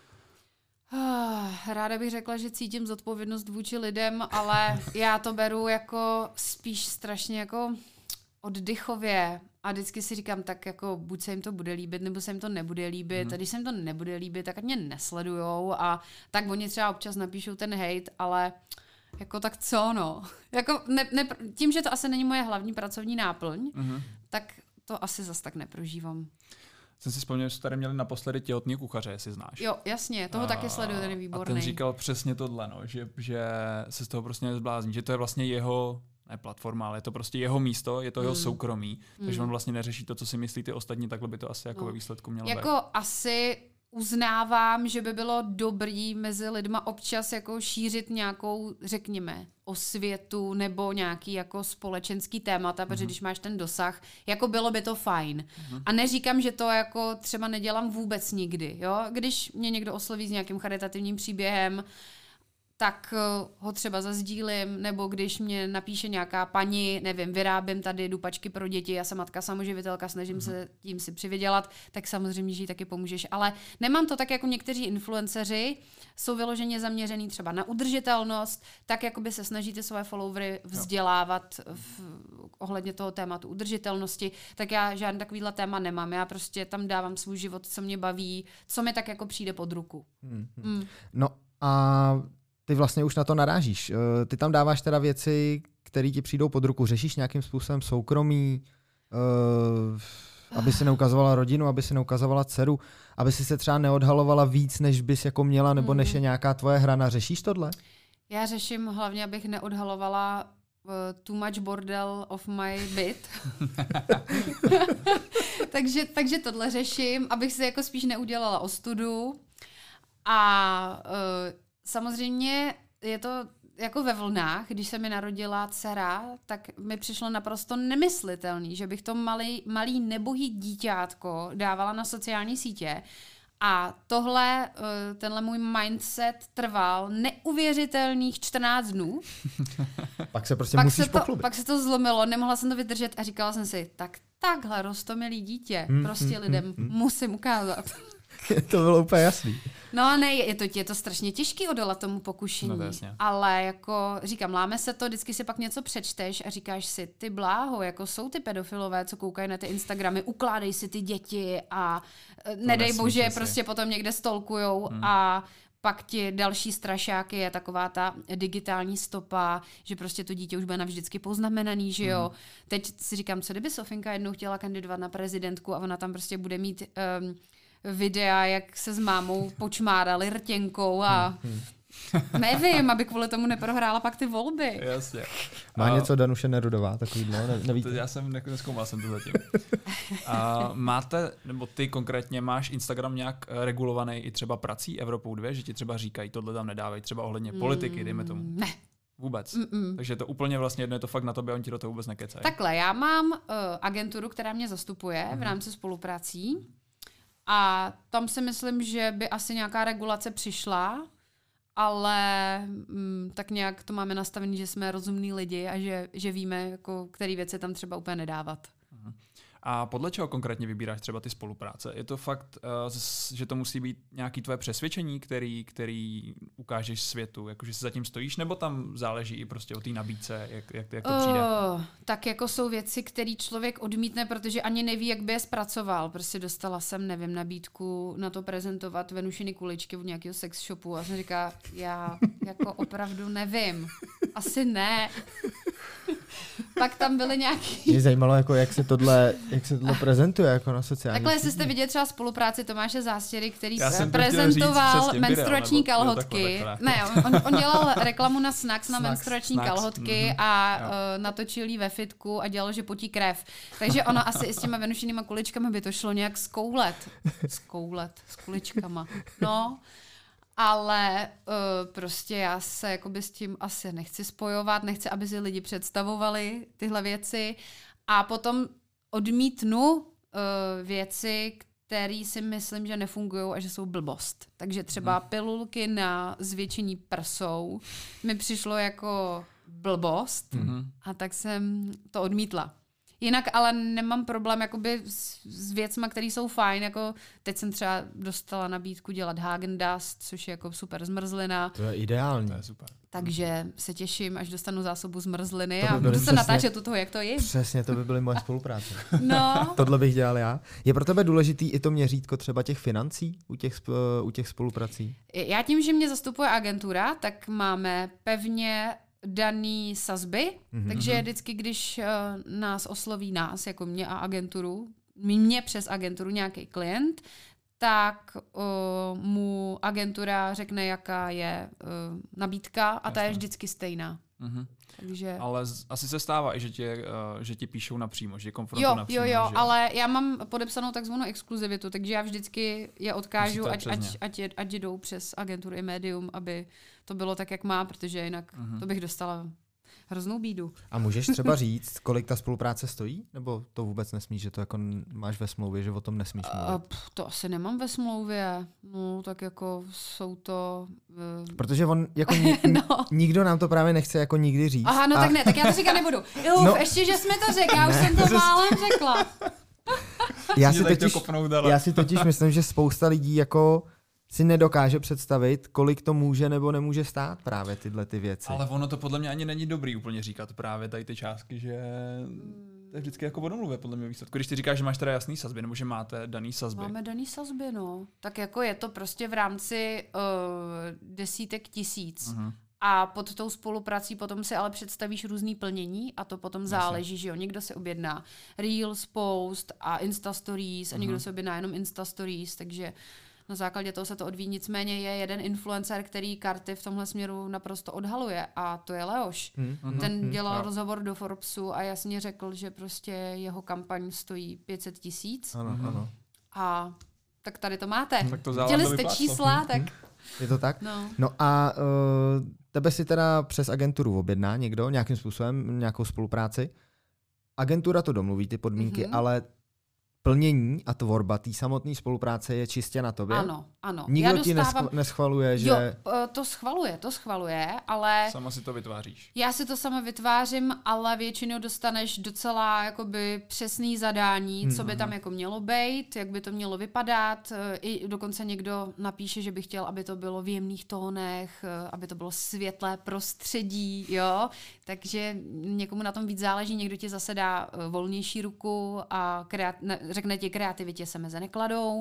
Ráda bych řekla, že cítím zodpovědnost vůči lidem, ale já to beru jako spíš strašně jako oddychově a vždycky si říkám, tak jako buď se jim to bude líbit, nebo se jim to nebude líbit. A když se jim to nebude líbit, tak ať mě nesledujou a tak oni třeba občas napíšou ten hate, ale jako tak co, no. Jako tím, že to asi není moje hlavní pracovní náplň, tak to asi zas tak neprožívám. Jsem si vzpomněl, že tady měli naposledy těhotný kuchaře, jestli znáš. Jo, jasně, toho taky sleduju, ten je výborný. A ten říkal přesně tohle, no, že se z toho prostě nezblázní, že to je vlastně jeho, ne platforma, ale je to prostě jeho místo, je to jeho soukromí, takže on vlastně neřeší to, co si myslí ty ostatní, takhle by to asi jako ve výsledku mělo být. Jako asi uznávám, že by bylo dobrý mezi lidma občas jako šířit nějakou, řekněme, osvětu nebo nějaký jako společenský témata, protože když máš ten dosah, jako bylo by to fajn. A neříkám, že to jako třeba nedělám vůbec nikdy, jo? Když mě někdo osloví s nějakým charitativním příběhem, tak ho třeba zazdílím, nebo když mě napíše nějaká paní, nevím, vyrábím tady dupačky pro děti, já jsem matka samoživitelka, snažím se tím si přivydělat, tak samozřejmě, že jí taky pomůžeš. Ale nemám to tak, jako někteří influenceři, jsou vyloženě zaměřený třeba na udržitelnost, tak jakoby se snažíte svoje followery vzdělávat ohledně toho tématu udržitelnosti, tak já žádný takovýhle téma nemám. Já prostě tam dávám svůj život, co mě baví, co mi tak jako přijde pod ruku. No a ty vlastně už na to narážíš. Ty tam dáváš teda věci, které ti přijdou pod ruku. Řešíš nějakým způsobem soukromí, aby si neukazovala rodinu, aby si neukazovala dceru, aby si se třeba neodhalovala víc, než bys jako měla, nebo než je nějaká tvoje hrana. Řešíš tohle? Já řeším hlavně, abych neodhalovala too much bordel of my byt. takže tohle řeším, abych si jako spíš neudělala ostudu. A samozřejmě je to jako ve vlnách, když se mi narodila dcera, tak mi přišlo naprosto nemyslitelný, že bych to malý nebohý díťátko dávala na sociální sítě. A tenhle můj mindset trval neuvěřitelných 14 dnů. Pak se prostě musíš pochlubit. Pak se to zlomilo, nemohla jsem to vydržet a říkala jsem si, takhle roztomilý dítě, prostě lidem musím ukázat. To bylo úplně jasný. No ne, je to strašně těžký odolat tomu pokušení, ale jako říkám, láme se to, vždycky si pak něco přečteš a říkáš si, ty bláho, jako jsou ty pedofilové, co koukají na ty Instagramy, ukládej si ty děti a nedej bože, prostě potom někde stalkujou a pak ti další strašáky je taková ta digitální stopa, že prostě to dítě už bude navždycky poznamenaný, že jo. Teď si říkám, co kdyby Sofinka jednou chtěla kandidovat na prezidentku a ona tam prostě bude mít videa, jak se s mámou počmárali rtěnkou a nevím, aby kvůli tomu neprohrála pak ty volby. Jasně. Má něco Danuše Nerudová, takový nevíte? Já jsem nezkoumal jsem to zatím. Máte, nebo ty konkrétně máš Instagram nějak regulovaný i třeba prací Evropou 2, že ti třeba říkají, tohle tam nedávají, třeba ohledně politiky, dejme tomu? Ne. Vůbec. Takže je to úplně vlastně jedno, je to fakt na tobě, on ti do toho vůbec nekecají. Takhle, já mám agenturu, která mě zastupuje v rámci spoluprací. A tam si myslím, že by asi nějaká regulace přišla, ale tak nějak to máme nastavený, že jsme rozumní lidi a že víme, jako, který věci tam třeba úplně nedávat. A podle čeho konkrétně vybíráš třeba ty spolupráce? Je to fakt, že to musí být nějaké tvoje přesvědčení, který ukážeš světu, jakože si zatím stojíš, nebo tam záleží i prostě o té nabídce, jak to přijde? Tak jako jsou věci, které člověk odmítne, protože ani neví, jak by je zpracoval. Prostě dostala jsem, nevím, nabídku na to prezentovat Venušiny kuličky v nějakého sex shopu a jsem říká, já jako opravdu nevím. Asi ne. Pak tam byly nějaký... Mě zajímalo, jako, jak se tohle prezentuje jako na sociální. Takhle, jestli jste viděli třeba spolupráci Tomáše Zástěry, který prezentoval menstruační kalhotky. Ne, on dělal reklamu na Snacks na menstruační kalhotky a natočil jí ve fitku a dělal, že potí krev. Takže ono asi i s těma Venušinýma kuličkami by to šlo nějak skoulet. S kuličkama. No. Ale prostě já se jakoby s tím asi nechci spojovat, nechci, aby si lidi představovali tyhle věci a potom odmítnu věci, který si myslím, že nefungují a že jsou blbost. Takže třeba pilulky na zvětšení prsou mi přišlo jako blbost a tak jsem to odmítla. Jinak ale nemám problém jakoby s věcma, které jsou fajn. Jako teď jsem třeba dostala nabídku dělat Häagen-Dazs, což je jako super zmrzlina. To je ideální. To je super. Takže se těším, až dostanu zásobu zmrzliny a budu se natáčet u toho, jak to je. Přesně, to by byly moje spolupráce. No. Tohle bych dělal já. Je pro tebe důležitý i to měřítko třeba těch financí u těch spoluprací? Já tím, že mě zastupuje agentura, tak máme pevně daný sazby, takže vždycky, když nás osloví jako mě a agenturu, mě přes agenturu nějaký klient, tak mu agentura řekne, jaká je nabídka a ta je vždycky stejná. Takže... Ale asi se stává i, že ti píšou napřímo, že konfrontují napřímo. Jo, ale já mám podepsanou takzvanou exkluzivitu, takže já vždycky je odkážu, ať jdou přes agenturu i médium, aby to bylo tak, jak má, protože jinak to bych dostala hroznou bídu. A můžeš třeba říct, kolik ta spolupráce stojí? Nebo to vůbec nesmíš, že to jako máš ve smlouvě, že o tom nesmíš mluvit? To asi nemám ve smlouvě. No, tak jako jsou to... Protože on jako nikdo nám to právě nechce jako nikdy říct. Aha, tak ne, tak já to říkat nebudu. Ještě, že jsme to řekli, já už jsem to málem řekla. Já si totiž myslím, že spousta lidí jako si nedokáže představit, kolik to může nebo nemůže stát právě tyhle ty věci. Ale ono to podle mě ani není dobrý úplně říkat právě tady ty částky, že to je vždycky jako o domluvě podle mě výsledku. Když ty říkáš, že máš teda jasný sazby, nebo že máte daný sazby. Máme daný sazby, no. Tak jako je to prostě v rámci desítek tisíc. A pod tou spoluprací potom si ale představíš různý plnění a to potom záleží, že jo. Někdo si objedná Reels, Post a Insta Stories a někdo si objedná jenom Insta Stories, takže na základě toho se to odvíjí. Nicméně je jeden influencer, který karty v tomhle směru naprosto odhaluje a to je Leoš. Ten dělal rozhovor do Forbesu a jasně řekl, že prostě jeho kampaň stojí 500 000. Ano. A tak tady to máte. Chtěli jste čísla, tak... Je to tak? No a tebe si teda přes agenturu objedná někdo nějakým způsobem, nějakou spolupráci. Agentura to domluví, ty podmínky, ale plnění a tvorba té samotné spolupráce je čistě na tobě? Ano. Nikdo ti neschvaluje, že... Jo, to schvaluje, ale... Sama si to vytváříš. Já si to sama vytvářím, ale většinou dostaneš docela jakoby přesný zadání, co by tam jako mělo být, jak by to mělo vypadat. I dokonce někdo napíše, že by chtěl, aby to bylo v jemných tónech, aby to bylo světlé prostředí, jo. Takže někomu na tom víc záleží, někdo ti zase dá volnější ruku a řekne ti, kreativitě se meze nekladou,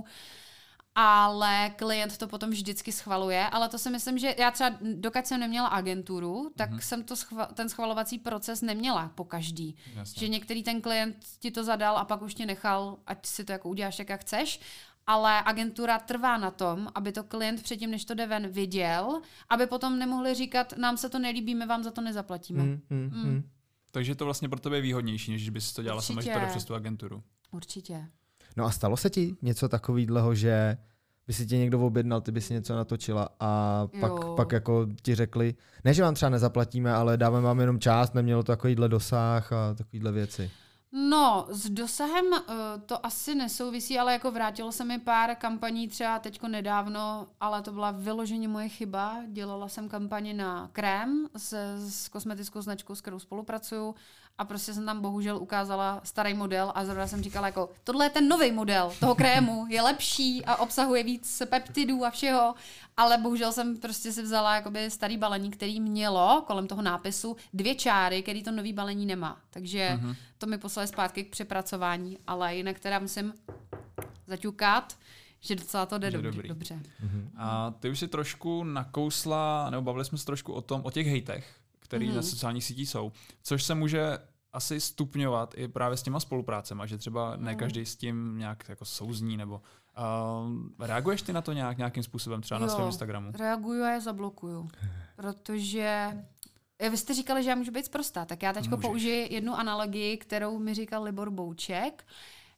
ale klient to potom vždycky schvaluje, ale to si myslím, že já třeba, dokud jsem neměla agenturu, tak jsem ten schvalovací proces neměla po každý. Jasně. Že některý ten klient ti to zadal a pak už tě nechal, ať si to jako uděláš, jak chceš, ale agentura trvá na tom, aby to klient předtím, než to jde ven, viděl, aby potom nemohli říkat, nám se to nelíbí, my vám za to nezaplatíme. Takže to vlastně pro tebe je výhodnější, než bys to dělala sama, že to jde přes tu agenturu. Určitě. No a stalo se ti něco takového, že by si tě někdo objednal, ty by si něco natočila a pak jako ti řekli, ne, že vám třeba nezaplatíme, ale dáme vám jenom část, nemělo to takovýhle dosah a takovýhle věci. No, s dosahem to asi nesouvisí, ale jako vrátilo se mi pár kampaní třeba teďko nedávno, ale to byla vyloženě moje chyba. Dělala jsem kampani na krém s kosmetickou značkou, s kterou spolupracuju a prostě jsem tam bohužel ukázala starý model a zrovna jsem říkala jako, tohle je ten nový model toho krému, je lepší a obsahuje víc peptidů a všeho, ale bohužel jsem prostě si vzala jakoby starý balení, který mělo kolem toho nápisu 2 čáry, který to nový balení nemá. Takže to mi poslali zpátky k přepracování, ale jinak teda musím zaťukat, že docela to jde dobře. A ty už si trošku nakousla, nebo bavili jsme se trošku o těch hejtech, který na sociálních sítích jsou, což se může asi stupňovat i právě s těma spoluprácema, že třeba ne každý s tím nějak jako souzní, nebo reaguješ ty na to nějakým způsobem, třeba na svém Instagramu? Reaguju a je zablokuju, protože vy jste říkali, že já můžu být sprostá, tak já teďko použiji jednu analogii, kterou mi říkal Libor Bouček,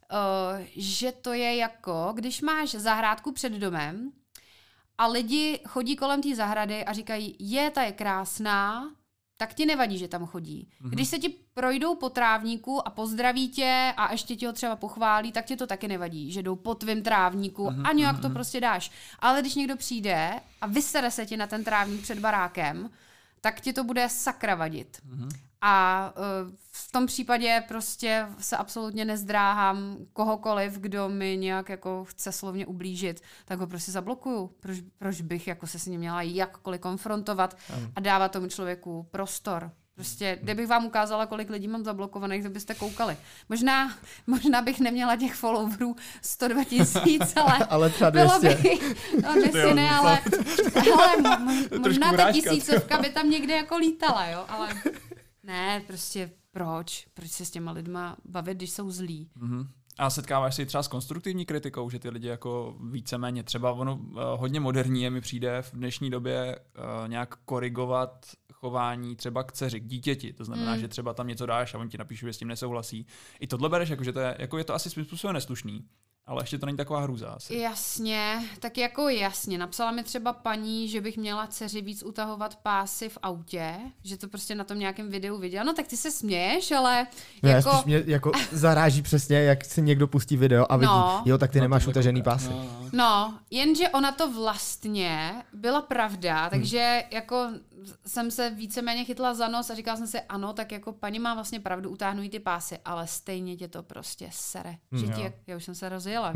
že to je jako, když máš zahrádku před domem a lidi chodí kolem té zahrady a říkají, ta je krásná, tak ti nevadí, že tam chodí. Když se ti projdou po trávníku a pozdraví tě a ještě ti ho třeba pochválí, tak ti to taky nevadí, že jdou po tvým trávníku a nějak to prostě dáš. Ale když někdo přijde a vysere se ti na ten trávník před barákem, tak ti to bude sakra vadit. A v tom případě prostě se absolutně nezdráhám kohokoliv, kdo mi nějak jako chce slovně ublížit, tak ho prostě zablokuju. Proč bych jako se s ním měla jakkoliv konfrontovat a dávat tomu člověku prostor. Prostě, kdybych vám ukázala, kolik lidí mám zablokovaných, to byste koukali. Možná bych neměla těch followerů 102 000, ale třeba 200. Bylo by, no 200 ne, ale možná ta tisícovka by tam někde jako lítala, jo, ale ne, prostě proč se s těma lidma bavit, když jsou zlí. A setkáváš se třeba s konstruktivní kritikou, že ty lidi jako víceméně třeba hodně moderní je mi přijde v dnešní době nějak korigovat chování třeba k dceři, k dítěti. To znamená, že třeba tam něco dáš a on ti napíše, že s tím nesouhlasí. I tohle bereš, jako, že to je to asi svým způsobem neslušný. Ale ještě to není taková hrůza asi. Jasně, tak jako jasně. Napsala mi třeba paní, že bych měla dceři víc utahovat pásy v autě, že to prostě na tom nějakém videu viděla. No tak ty se směješ, ale jako... Ne, mě jako zaráží přesně, jak si někdo pustí video a vidí, jo, tak ty nemáš utažený pásy. No, jenže ona to vlastně byla pravda, takže jako jsem se víceméně chytla za nos a říkala jsem si, ano, tak jako paní má vlastně pravdu, utáhnují ty pásy, ale stejně tě to prostě sere. Že ti, já už jsem se rozjela,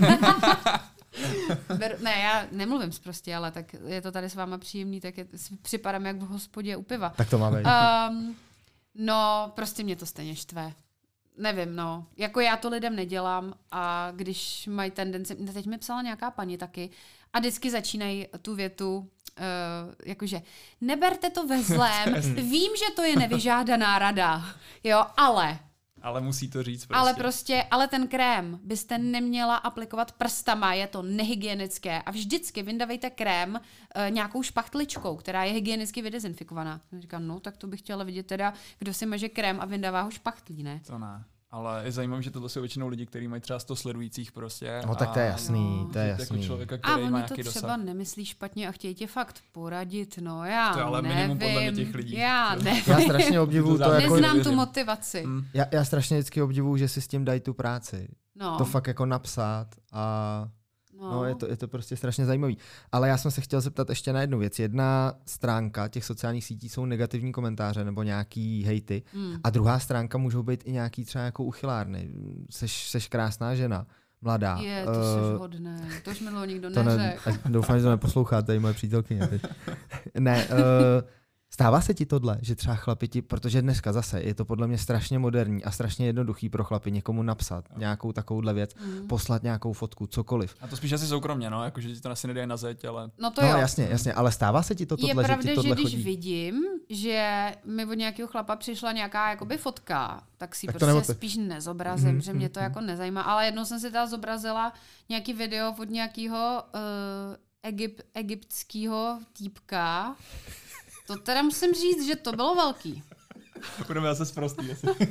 ne, já nemluvím prostě, ale tak je to tady s váma příjemný, tak připadám jak v hospodě u piva. Tak to máme. No, prostě mě to stejně štve. Nevím, no. Jako já to lidem nedělám a když mají tendenci... Teď mi psala nějaká paní taky a vždycky začínají tu větu jakože neberte to ve zlém, vím, že to je nevyžádaná rada, jo, ale musí to říct prostě. Ale ten krém byste neměla aplikovat prstama, je to nehygienické a vždycky vyndavejte krém nějakou špachtličkou, která je hygienicky vydezinfikovaná. Říkám, no tak to bych chtěla vidět teda, kdo si maže krém a vyndává ho špachtlí, ne? To ne. Ale je zajímavé, že tohle jsou většinou lidi, kteří mají třeba 100 sledujících prostě. No tak to je jasný, to je jasný. Jako člověka, a oni to třeba nemyslí špatně a chtějí tě fakt poradit, no já to je ale nevím. minimum podle mě těch lidí. Já nevím. Já strašně obdivuju to jako... Neznám tu motivaci. Já strašně vždycky obdivuju, že si s tím dají tu práci. No. To fakt jako napsat a... No, je to prostě strašně zajímavý. Ale já jsem se chtěl zeptat ještě na jednu věc. Jedna stránka těch sociálních sítí jsou negativní komentáře nebo nějaký hejty a druhá stránka můžou být i nějaký třeba jako uchylárny. Seš krásná žena, mladá. To jsi hodné, to už mi dlouho nikdo neřekl. Doufám, že to neposlouchá, tady moje přítelkyně. Ne, stává se ti tohle, že třeba chlapi ti, protože dneska zase je to podle mě strašně moderní a strašně jednoduchý pro chlapy někomu napsat nějakou takovouhle věc, poslat nějakou fotku, cokoliv. A to spíš asi soukromně, no, jakože ti to asi nedají na zeď, ale... No to jo. Jasně, ale stává se ti to tohle, je pravda, že ti tohle že když chodí? vidím, že mi od nějakého chlapa přišla nějaká jakoby fotka, tak si tak prostě spíš nezobrazím, že mě to jako nezajímá. Ale jednou jsem si teda zobrazila nějaký video od nějakého egyptského týpka. To teda musím říct, že to bylo velký. Budeme zase sprostý.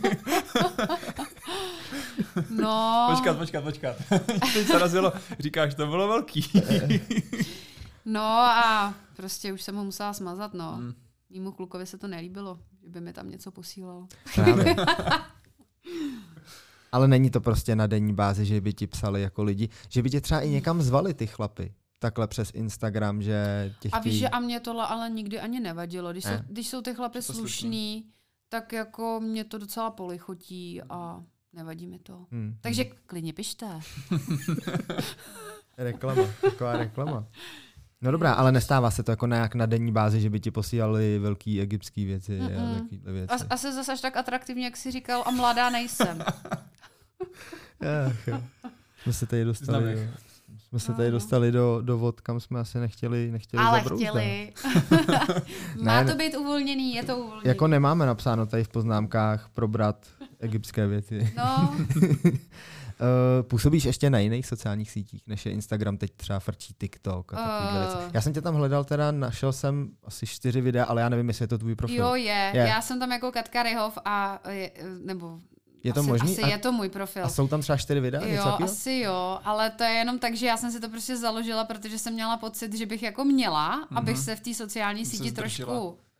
No. Počkat. Teď se razilo, říkáš, to bylo velký. No a prostě už jsem ho musela smazat, no. Mýmu klukovi se to nelíbilo, že by mi tam něco posílal. Právě. Ale není to prostě na denní bázi, že by ti psali jako lidi, že by tě třeba i někam zvali ty chlapy. Takhle přes Instagram, že tě chtějí... A víš, že a mě tohle ale nikdy ani nevadilo. Když jsou ty chlapy slušný, tak jako mě to docela polichotí a nevadí mi to. Takže klidně pište. Taková reklama. No dobrá, ale nestává se to jako nějak na denní bázi, že by ti posílali velký egyptský věci a takovýhle věci. Asi zase až tak atraktivně, jak jsi říkal, a mladá nejsem. Jsme se tady dostali do vod, kam jsme asi nechtěli ale zabrouzdat. chtěli. Má to být uvolněný, je to uvolněný. Jako nemáme napsáno tady v poznámkách probrat egyptské věci. No. Působíš ještě na jiných sociálních sítích, než je Instagram, teď třeba frčí TikTok a takovýhle věci. Já jsem tě tam hledal, teda našel jsem asi 4 videa, ale já nevím, jestli je to tvůj profil. Jo, je. Já jsem tam jako Katka Ryhoff nebo... Je to možný? Asi je to můj profil. A jsou tam třeba 4 videa? Jo, asi jo, ale to je jenom tak, že já jsem si to prostě založila, protože jsem měla pocit, že bych jako měla, abych se v té sociální síti trošku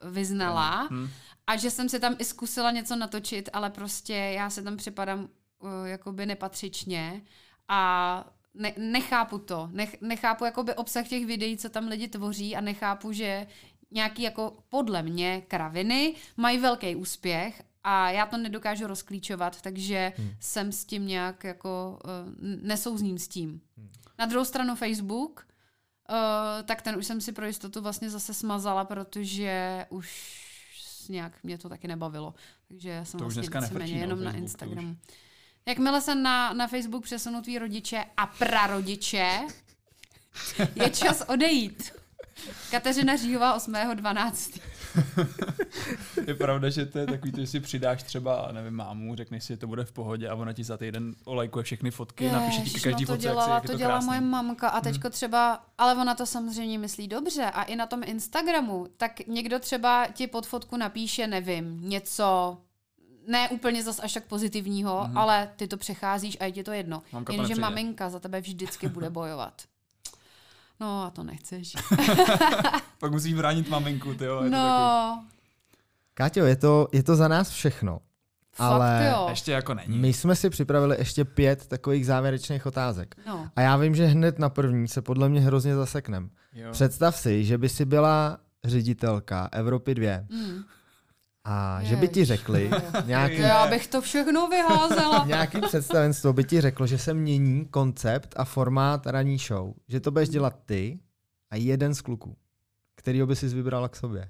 vyznala a že jsem si tam i zkusila něco natočit, ale prostě já se tam připadám jakoby nepatřičně a nechápu to. Nechápu jakoby obsah těch videí, co tam lidi tvoří a nechápu, že nějaký jako podle mě kraviny mají velký úspěch a já to nedokážu rozklíčovat, takže jsem s tím nějak jako nesouzním s tím. Na druhou stranu Facebook, tak ten už jsem si pro jistotu vlastně zase smazala, protože už nějak mě to taky nebavilo. Takže já jsem to vlastně jenom na Instagramu. Jakmile se na Facebook přesunou tví rodiče a prarodiče, je čas odejít. Kateřina Říhová 8.12. Je pravda, že to je takový, že si přidáš třeba, nevím, mámu, řekneš si, že to bude v pohodě a ona ti za týden olajkuje všechny fotky, napíše ti ke každý fotce, jak je to dělá krásný. Moje mamka a teďko třeba, ale ona to samozřejmě myslí dobře a i na tom Instagramu, tak někdo třeba ti pod fotku napíše, nevím, něco, ne úplně zas až tak pozitivního, ale ty to přecházíš a je ti to jedno. Jenže maminka za tebe vždycky bude bojovat. No a to nechceš. Pak musíš bránit maminku, tyjo. No. Káťo, je to za nás všechno. Fakt ale jo. Ještě jako není. My jsme si připravili ještě 5 takových závěrečných otázek. No. A já vím, že hned na první se podle mě hrozně zaseknem. Představ si, že by si byla ředitelka Evropy 2. A že by ti řekli nějaký... Já bych to všechno vyházela. Nějaký představenstvo by ti řeklo, že se mění koncept a formát ranní show. Že to budeš dělat ty a jeden z kluků. Kterýho by jsi vybrala k sobě?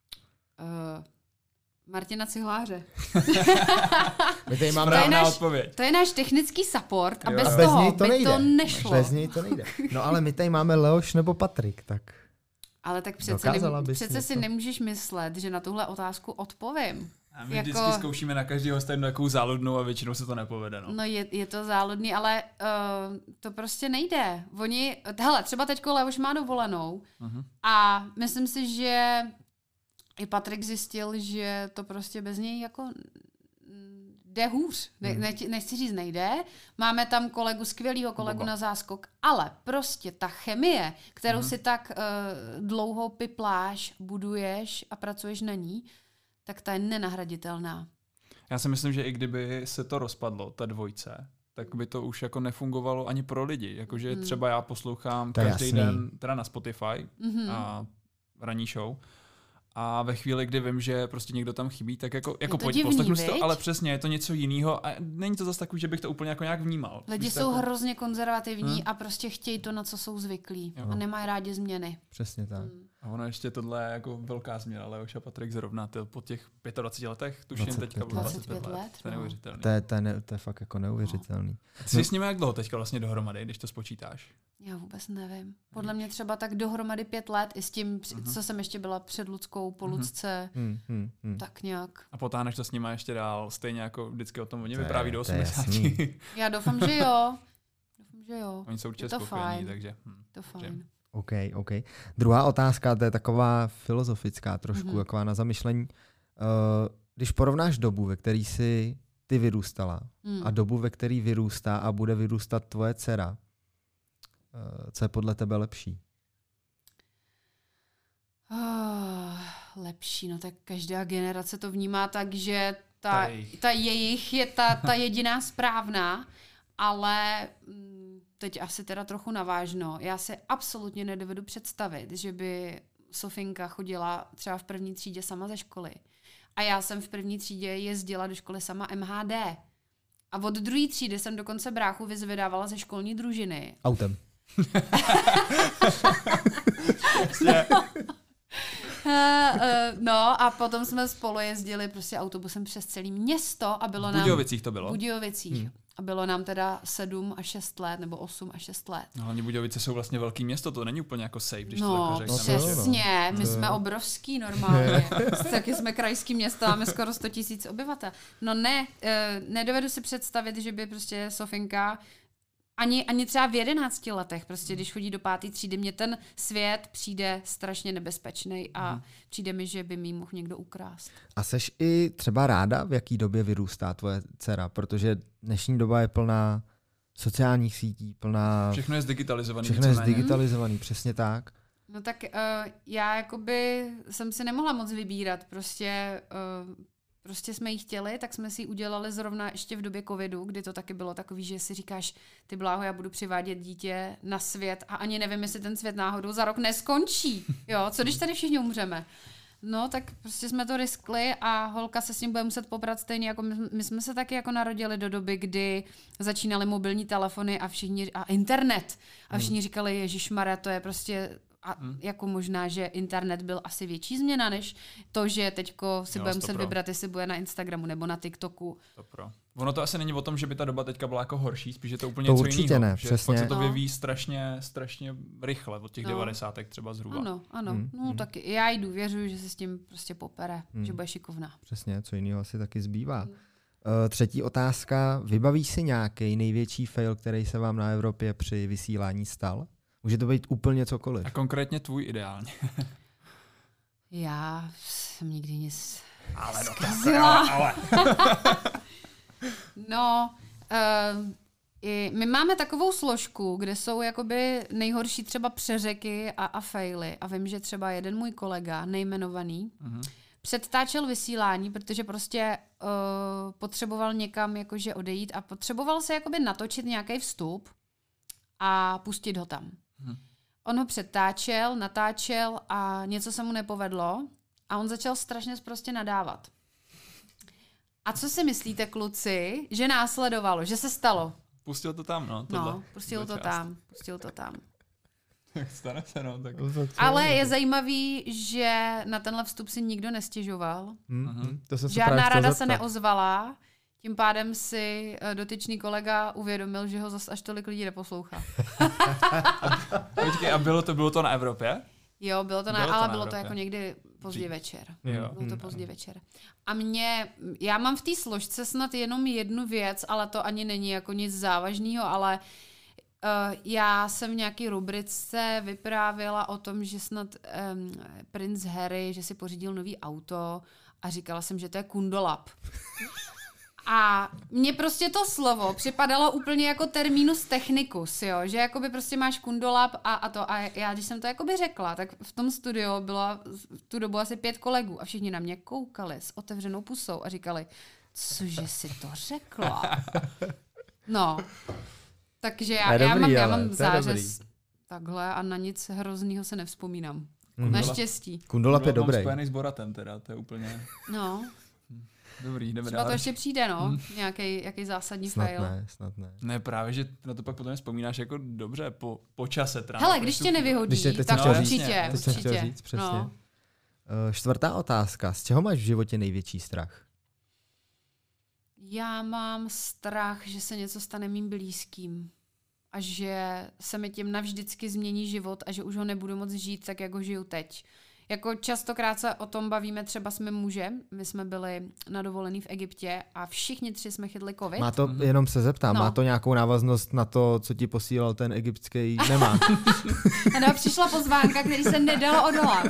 Martina Cihláře. My tady máme to je náš technický support a jo. bez A toho to by to nešlo. Bez něj to nejde. No ale my tady máme Leoš nebo Patrik, tak... Ale tak přece si nemůžeš myslet, že na tuhle otázku odpovím. A my vždycky zkoušíme na každý host jednu takovou záludnou a většinou se to nepovede. No je to záludný, ale to prostě nejde. Hele, třeba teďko Leoš má dovolenou a myslím si, že i Patrik zjistil, že to prostě bez něj jako jde hůř. Nechci říct nejde. Máme tam skvělýho kolegu na záskok, ale prostě ta chemie, kterou si tak dlouho pipláš, buduješ a pracuješ na ní, tak ta je nenahraditelná. Já si myslím, že i kdyby se to rozpadlo, ta dvojce, tak by to už jako nefungovalo ani pro lidi. Jakože třeba já poslouchám každý den teda na Spotify a ranní show. A ve chvíli, kdy vím, že prostě někdo tam chybí, tak jako pojď, poslechnu si to, ale přesně, je to něco jiného a není to zase takový, že bych to úplně jako nějak vnímal. Lidi jsou hrozně konzervativní a prostě chtějí to, na co jsou zvyklí. A nemají rádi změny. Přesně tak. A ono ještě tohle je jako velká změna. Leoš a Patrik zrovna po těch 25 letech, tuším teďka bylo 25 let. To je neuvěřitelný. To je fakt jako neuvěřitelný. Jsi s nimi jak dlouho teďka vlastně dohromady, když to spočítáš? Já vůbec nevím. Podle mě třeba tak dohromady 5 let i s tím, co jsem ještě byla před Luckou, po Lucce, tak nějak. A potáhneš to s nima ještě dál, stejně jako vždycky o tom oni vypráví do 80. Já doufám, že jo. Oni jsou určitě spokojení, takže... To fajn. OK. Druhá otázka, to je taková filozofická trošku, taková na zamyšlení. Když porovnáš dobu, ve které jsi ty vyrůstala a dobu, ve které vyrůstá a bude vyrůstat tvoje dcera, co je podle tebe lepší? Lepší, no tak každá generace to vnímá tak, že ta jejich je ta jediná správná, ale teď asi teda trochu navážno. Já si absolutně nedovedu představit, že by Sofinka chodila třeba v první třídě sama ze školy. A já jsem v první třídě jezdila do školy sama MHD. A od druhé třídy jsem dokonce bráchu vyzvedávala ze školní družiny. Autem. No a potom jsme spolu jezdili prostě autobusem přes celé město a bylo nám... V Budějovicích to bylo? V Budějovicích. A bylo nám teda 7 a 6 let, nebo 8 a 6 let. No hlavně Budějovice jsou vlastně velký město, to není úplně jako safe, když to takhle řekneme. Přesně, my jsme obrovský normálně. Taky jsme krajský město, máme skoro 100 000 obyvatel. No nedovedu si představit, že by prostě Sofinka ani třeba v 11 letech, prostě když chodí do 5. třídy, mně ten svět přijde strašně nebezpečný a přijde mi, že by mi mohl někdo ukrást. A seš i třeba ráda, v jaký době vyrůstá tvoje dcera, protože dnešní doba je plná sociálních sítí, plná... Všechno je zdigitalizovaný. Všechno je zdigitalizovaný, přesně tak. No tak já jakoby jsem si nemohla moc vybírat, prostě jsme ji chtěli, tak jsme si ji udělali zrovna ještě v době covidu, kdy to taky bylo takový, že si říkáš, ty bláho, já budu přivádět dítě na svět a ani nevím, jestli ten svět náhodou za rok neskončí. Jo, co když tady všichni umřeme? No, tak prostě jsme to riskli a holka se s ním bude muset poprat stejně, jako my jsme se taky jako narodili do doby, kdy začínaly mobilní telefony a internet. A všichni říkali, ježišmarja, to je prostě... A jako možná, že internet byl asi větší změna, než to, že teďko si bude muset vybrat, jestli bude na Instagramu nebo na TikToku. Ono to asi není o tom, že by ta doba teďka byla jako horší, spíš je to úplně to něco určitě jiného. Ne, že přesně. Pak se to vyvíjí strašně rychle od těch 90. třeba zhruba. Ano. No taky já jí důvěřuji, že se s tím prostě popere, že bude šikovná. Přesně, co jiného asi taky zbývá. Třetí otázka. Vybavíš si nějaký největší fail, který se vám na Evropě při vysílání stal? Může to být úplně cokoliv. A konkrétně tvůj ideálně. Já jsem nikdy nic ale zkazila. No, my máme takovou složku, kde jsou jakoby nejhorší třeba přeřeky a faily. A vím, že třeba jeden můj kolega, nejmenovaný, předtáčel vysílání, protože prostě potřeboval někam jakože odejít a potřeboval se jakoby natočit nějaký vstup a pustit ho tam. On ho předtáčel, natáčel a něco se mu nepovedlo a on začal strašně prostě nadávat. A co si myslíte, kluci, že následovalo, že se stalo? Pustil to tam, no. No, pustil to tam. Tak stane se, no. Tak. Ale je zajímavý, že na tenhle vstup si nikdo nestěžoval. Žádná rada se neozvala. Tím pádem si dotyčný kolega uvědomil, že ho zas až tolik lidí neposlouchá. Počkej, a bylo to na Evropě? Jo, bylo to to jako někdy pozdě večer. Jo. Bylo to pozdě večer. A já mám v té složce snad jenom jednu věc, ale to ani není jako nic závažného, ale já jsem v nějaký rubrice vyprávěla o tom, že snad princ Harry, že si pořídil nový auto a říkala jsem, že to je kundolap. A mně prostě to slovo připadalo úplně jako terminus technicus, jo? Že jakoby prostě máš kundolap a to. A já, když jsem to jakoby řekla, tak v tom studiu bylo v tu dobu asi 5 kolegů a všichni na mě koukali s otevřenou pusou a říkali, cože si to řekla? No, takže já mám zářez takhle a na nic hroznýho se nevzpomínám. Naštěstí. Kundolap je dobrý. Spojený s Boratem teda, to je úplně... No. Dobrý, jdeme třeba dál. to ještě přijde, no. Nějaký zásadní fail. Snad ne. Ne, právě, že na to pak potom vzpomínáš jako dobře, po čase. Hele, když tě nevyhodí, tak určitě. Teď jsem chtěl říct, přesně. No. Čtvrtá otázka. Z čeho máš v životě největší strach? Já mám strach, že se něco stane mým blízkým. A že se mi tím navždycky změní život a že už ho nebudu moc žít tak, jak ho žiju teď. Jako častokrát se o tom bavíme třeba s mým mužem. My jsme byli na dovolený v Egyptě a všichni 3 jsme chytli covid. Má to, jenom se zeptám, má to nějakou návaznost na to, co ti posílal ten egyptský? Nemá. Ano, přišla pozvánka, který se nedalo odolat.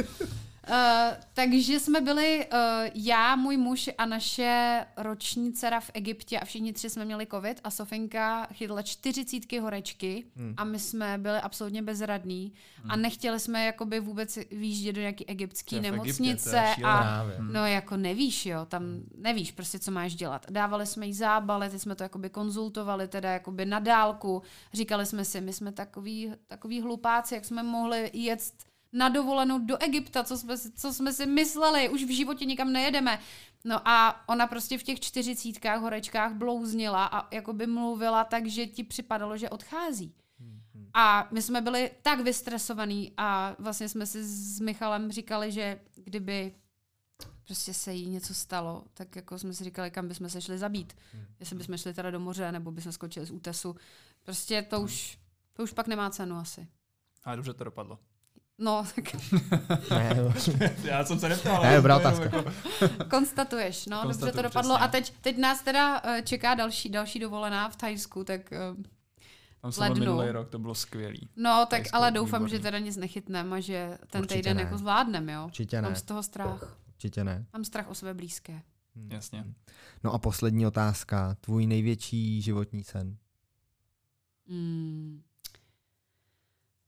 Takže jsme byli já, můj muž a naše roční dcera v Egyptě a všichni 3 jsme měli covid a Sofinka chytla 40 horečky a my jsme byli absolutně bezradní a nechtěli jsme jakoby vůbec výjíždět do nějaký egyptský nemocnice a no jako nevíš, jo, tam nevíš prostě, co máš dělat. Dávali jsme jí zábaly, teď jsme to jakoby konzultovali teda jakoby na dálku, říkali jsme si, my jsme takový hlupáci, jak jsme mohli jet na dovolenou do Egypta, co jsme si mysleli, už v životě nikam nejedeme. No a ona prostě v těch 40 horečkách blouznila a jakoby mluvila tak, že ti připadalo, že odchází. A my jsme byli tak vystresovaní a vlastně jsme si s Michalem říkali, že kdyby prostě se jí něco stalo, tak jako jsme si říkali, kam bychom se šli zabít. Jestli bychom šli teda do moře, nebo bychom skočili z útesu. Prostě to už pak nemá cenu asi. Ale dobře to dopadlo. No, tak... Ne, já jsem se neptal. Ne, dobrá otázka. Konstatuješ, no, dobře to dopadlo. Přesně. A teď nás teda čeká další dovolená v Thajsku, tak tam jsem byl minulý rok, to bylo skvělý. No, tak ale doufám, že teda nic nechytneme a že ten týden jako zvládneme, jo. Určitě ne. Mám z toho strach. Určitě ne. Mám strach o sebe blízké. Jasně. No a poslední otázka. Tvůj největší životní sen?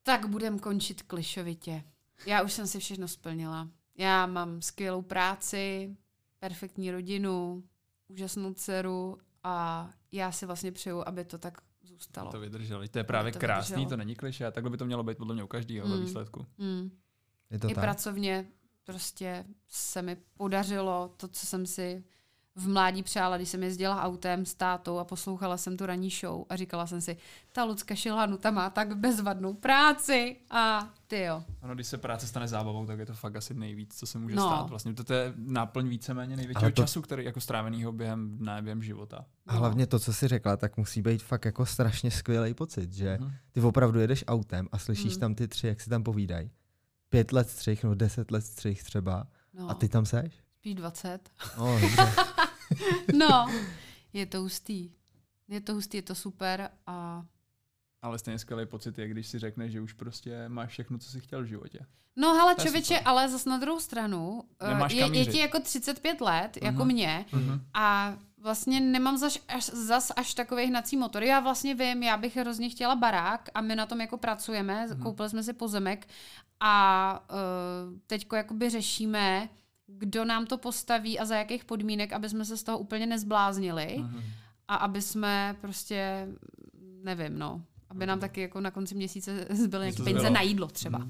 Tak budem končit klišovitě. Já už jsem si všechno splnila. Já mám skvělou práci, perfektní rodinu, úžasnou dceru a já si vlastně přeju, aby to tak zůstalo. To vydrželi. To je právě to krásný, vydrželo. To není klišé. Takhle by to mělo být podle mě u každého ve výsledku. Je to I tak? pracovně prostě se mi podařilo to, co jsem si v mládí přála, když jsem jezdila autem s tátou a poslouchala jsem tu ranní show a říkala jsem si, ta Lucka Šilhanuta má tak bezvadnou práci a tyjo. Ano, když se práce stane zábavou, tak je to fakt asi nejvíc, co se může stát. Vlastně to je náplň víceméně největšího času, který jako strávenýho během dne, během života. A hlavně to, co jsi řekla, tak musí být fakt jako strašně skvělý pocit, že ty opravdu jedeš autem a slyšíš tam ty tři, jak si tam povídají. 5 let střih, 10 let střih třeba. A ty tam seš? Spíš 20. Dobře. No, je to hustý. Je to super a... Ale stejně skvělý pocit je, když si řekneš, že už prostě máš všechno, co jsi chtěl v životě. No hele, člověče, ale zas na druhou stranu, je ti jako 35 let, jako mě, a vlastně nemám zas až takový hnací motor. Já vlastně vím, já bych hrozně chtěla barák a my na tom jako pracujeme, koupili jsme si pozemek a teďko jakoby řešíme, kdo nám to postaví a za jakých podmínek, aby jsme se z toho úplně nezbláznili a aby jsme prostě, nevím, aby nám taky jako na konci měsíce zbyly nějaké peníze na jídlo třeba.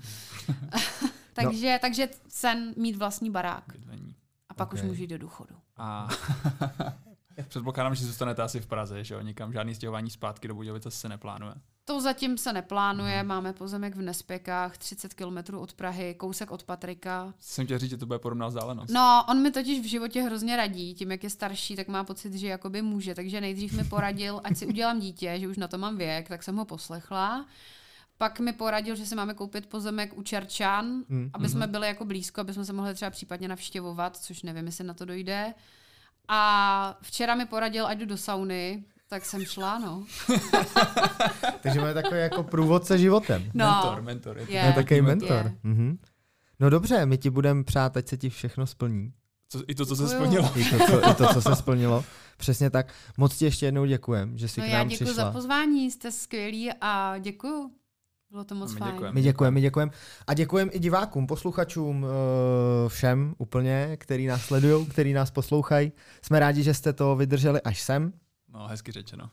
Takže sen mít vlastní barák. A pak už můžu jít do důchodu. A předpokládám, že zůstanete asi v Praze, že jo? Nikam žádný stěhování zpátky do Budějovic se neplánuje. To zatím se neplánuje, máme pozemek v Nespěkách, 30 km od Prahy, kousek od Patrika. Jsem chtěl říct, že to bude podobná vzdálenost. No, on mi totiž v životě hrozně radí, tím jak je starší, tak má pocit, že jakoby může, takže nejdřív mi poradil, ať si udělám dítě, že už na to mám věk, tak jsem ho poslechla. Pak mi poradil, že si máme koupit pozemek u Čerčan, aby jsme byli jako blízko, aby jsme se mohli třeba případně navštěvovat, což nevím, jestli na to dojde. A včera mi poradil, ať jdu do sauny, tak jsem šla, Takže máme takový jako průvodce životem. Mentor. Je takový mentor. No dobře, my ti budeme přát, ať se ti všechno splní. I to, co se splnilo. I to, co se splnilo. Přesně tak. Moc ti ještě jednou děkujem, že jsi k nám přišla. Já děkuji za pozvání, jste skvělí a děkuju. Bylo to moc fajn. My děkujeme. A děkujeme i divákům, posluchačům, všem úplně, který nás sledujou, který nás poslouchají. Jsme rádi, že jste to vydrželi až sem. No, hezky řečeno.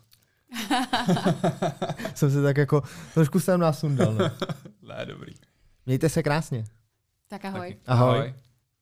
Jsem se tak jako, trošku jsem nás sundal. Ne, dobrý. Mějte se krásně. Tak ahoj. Ahoj.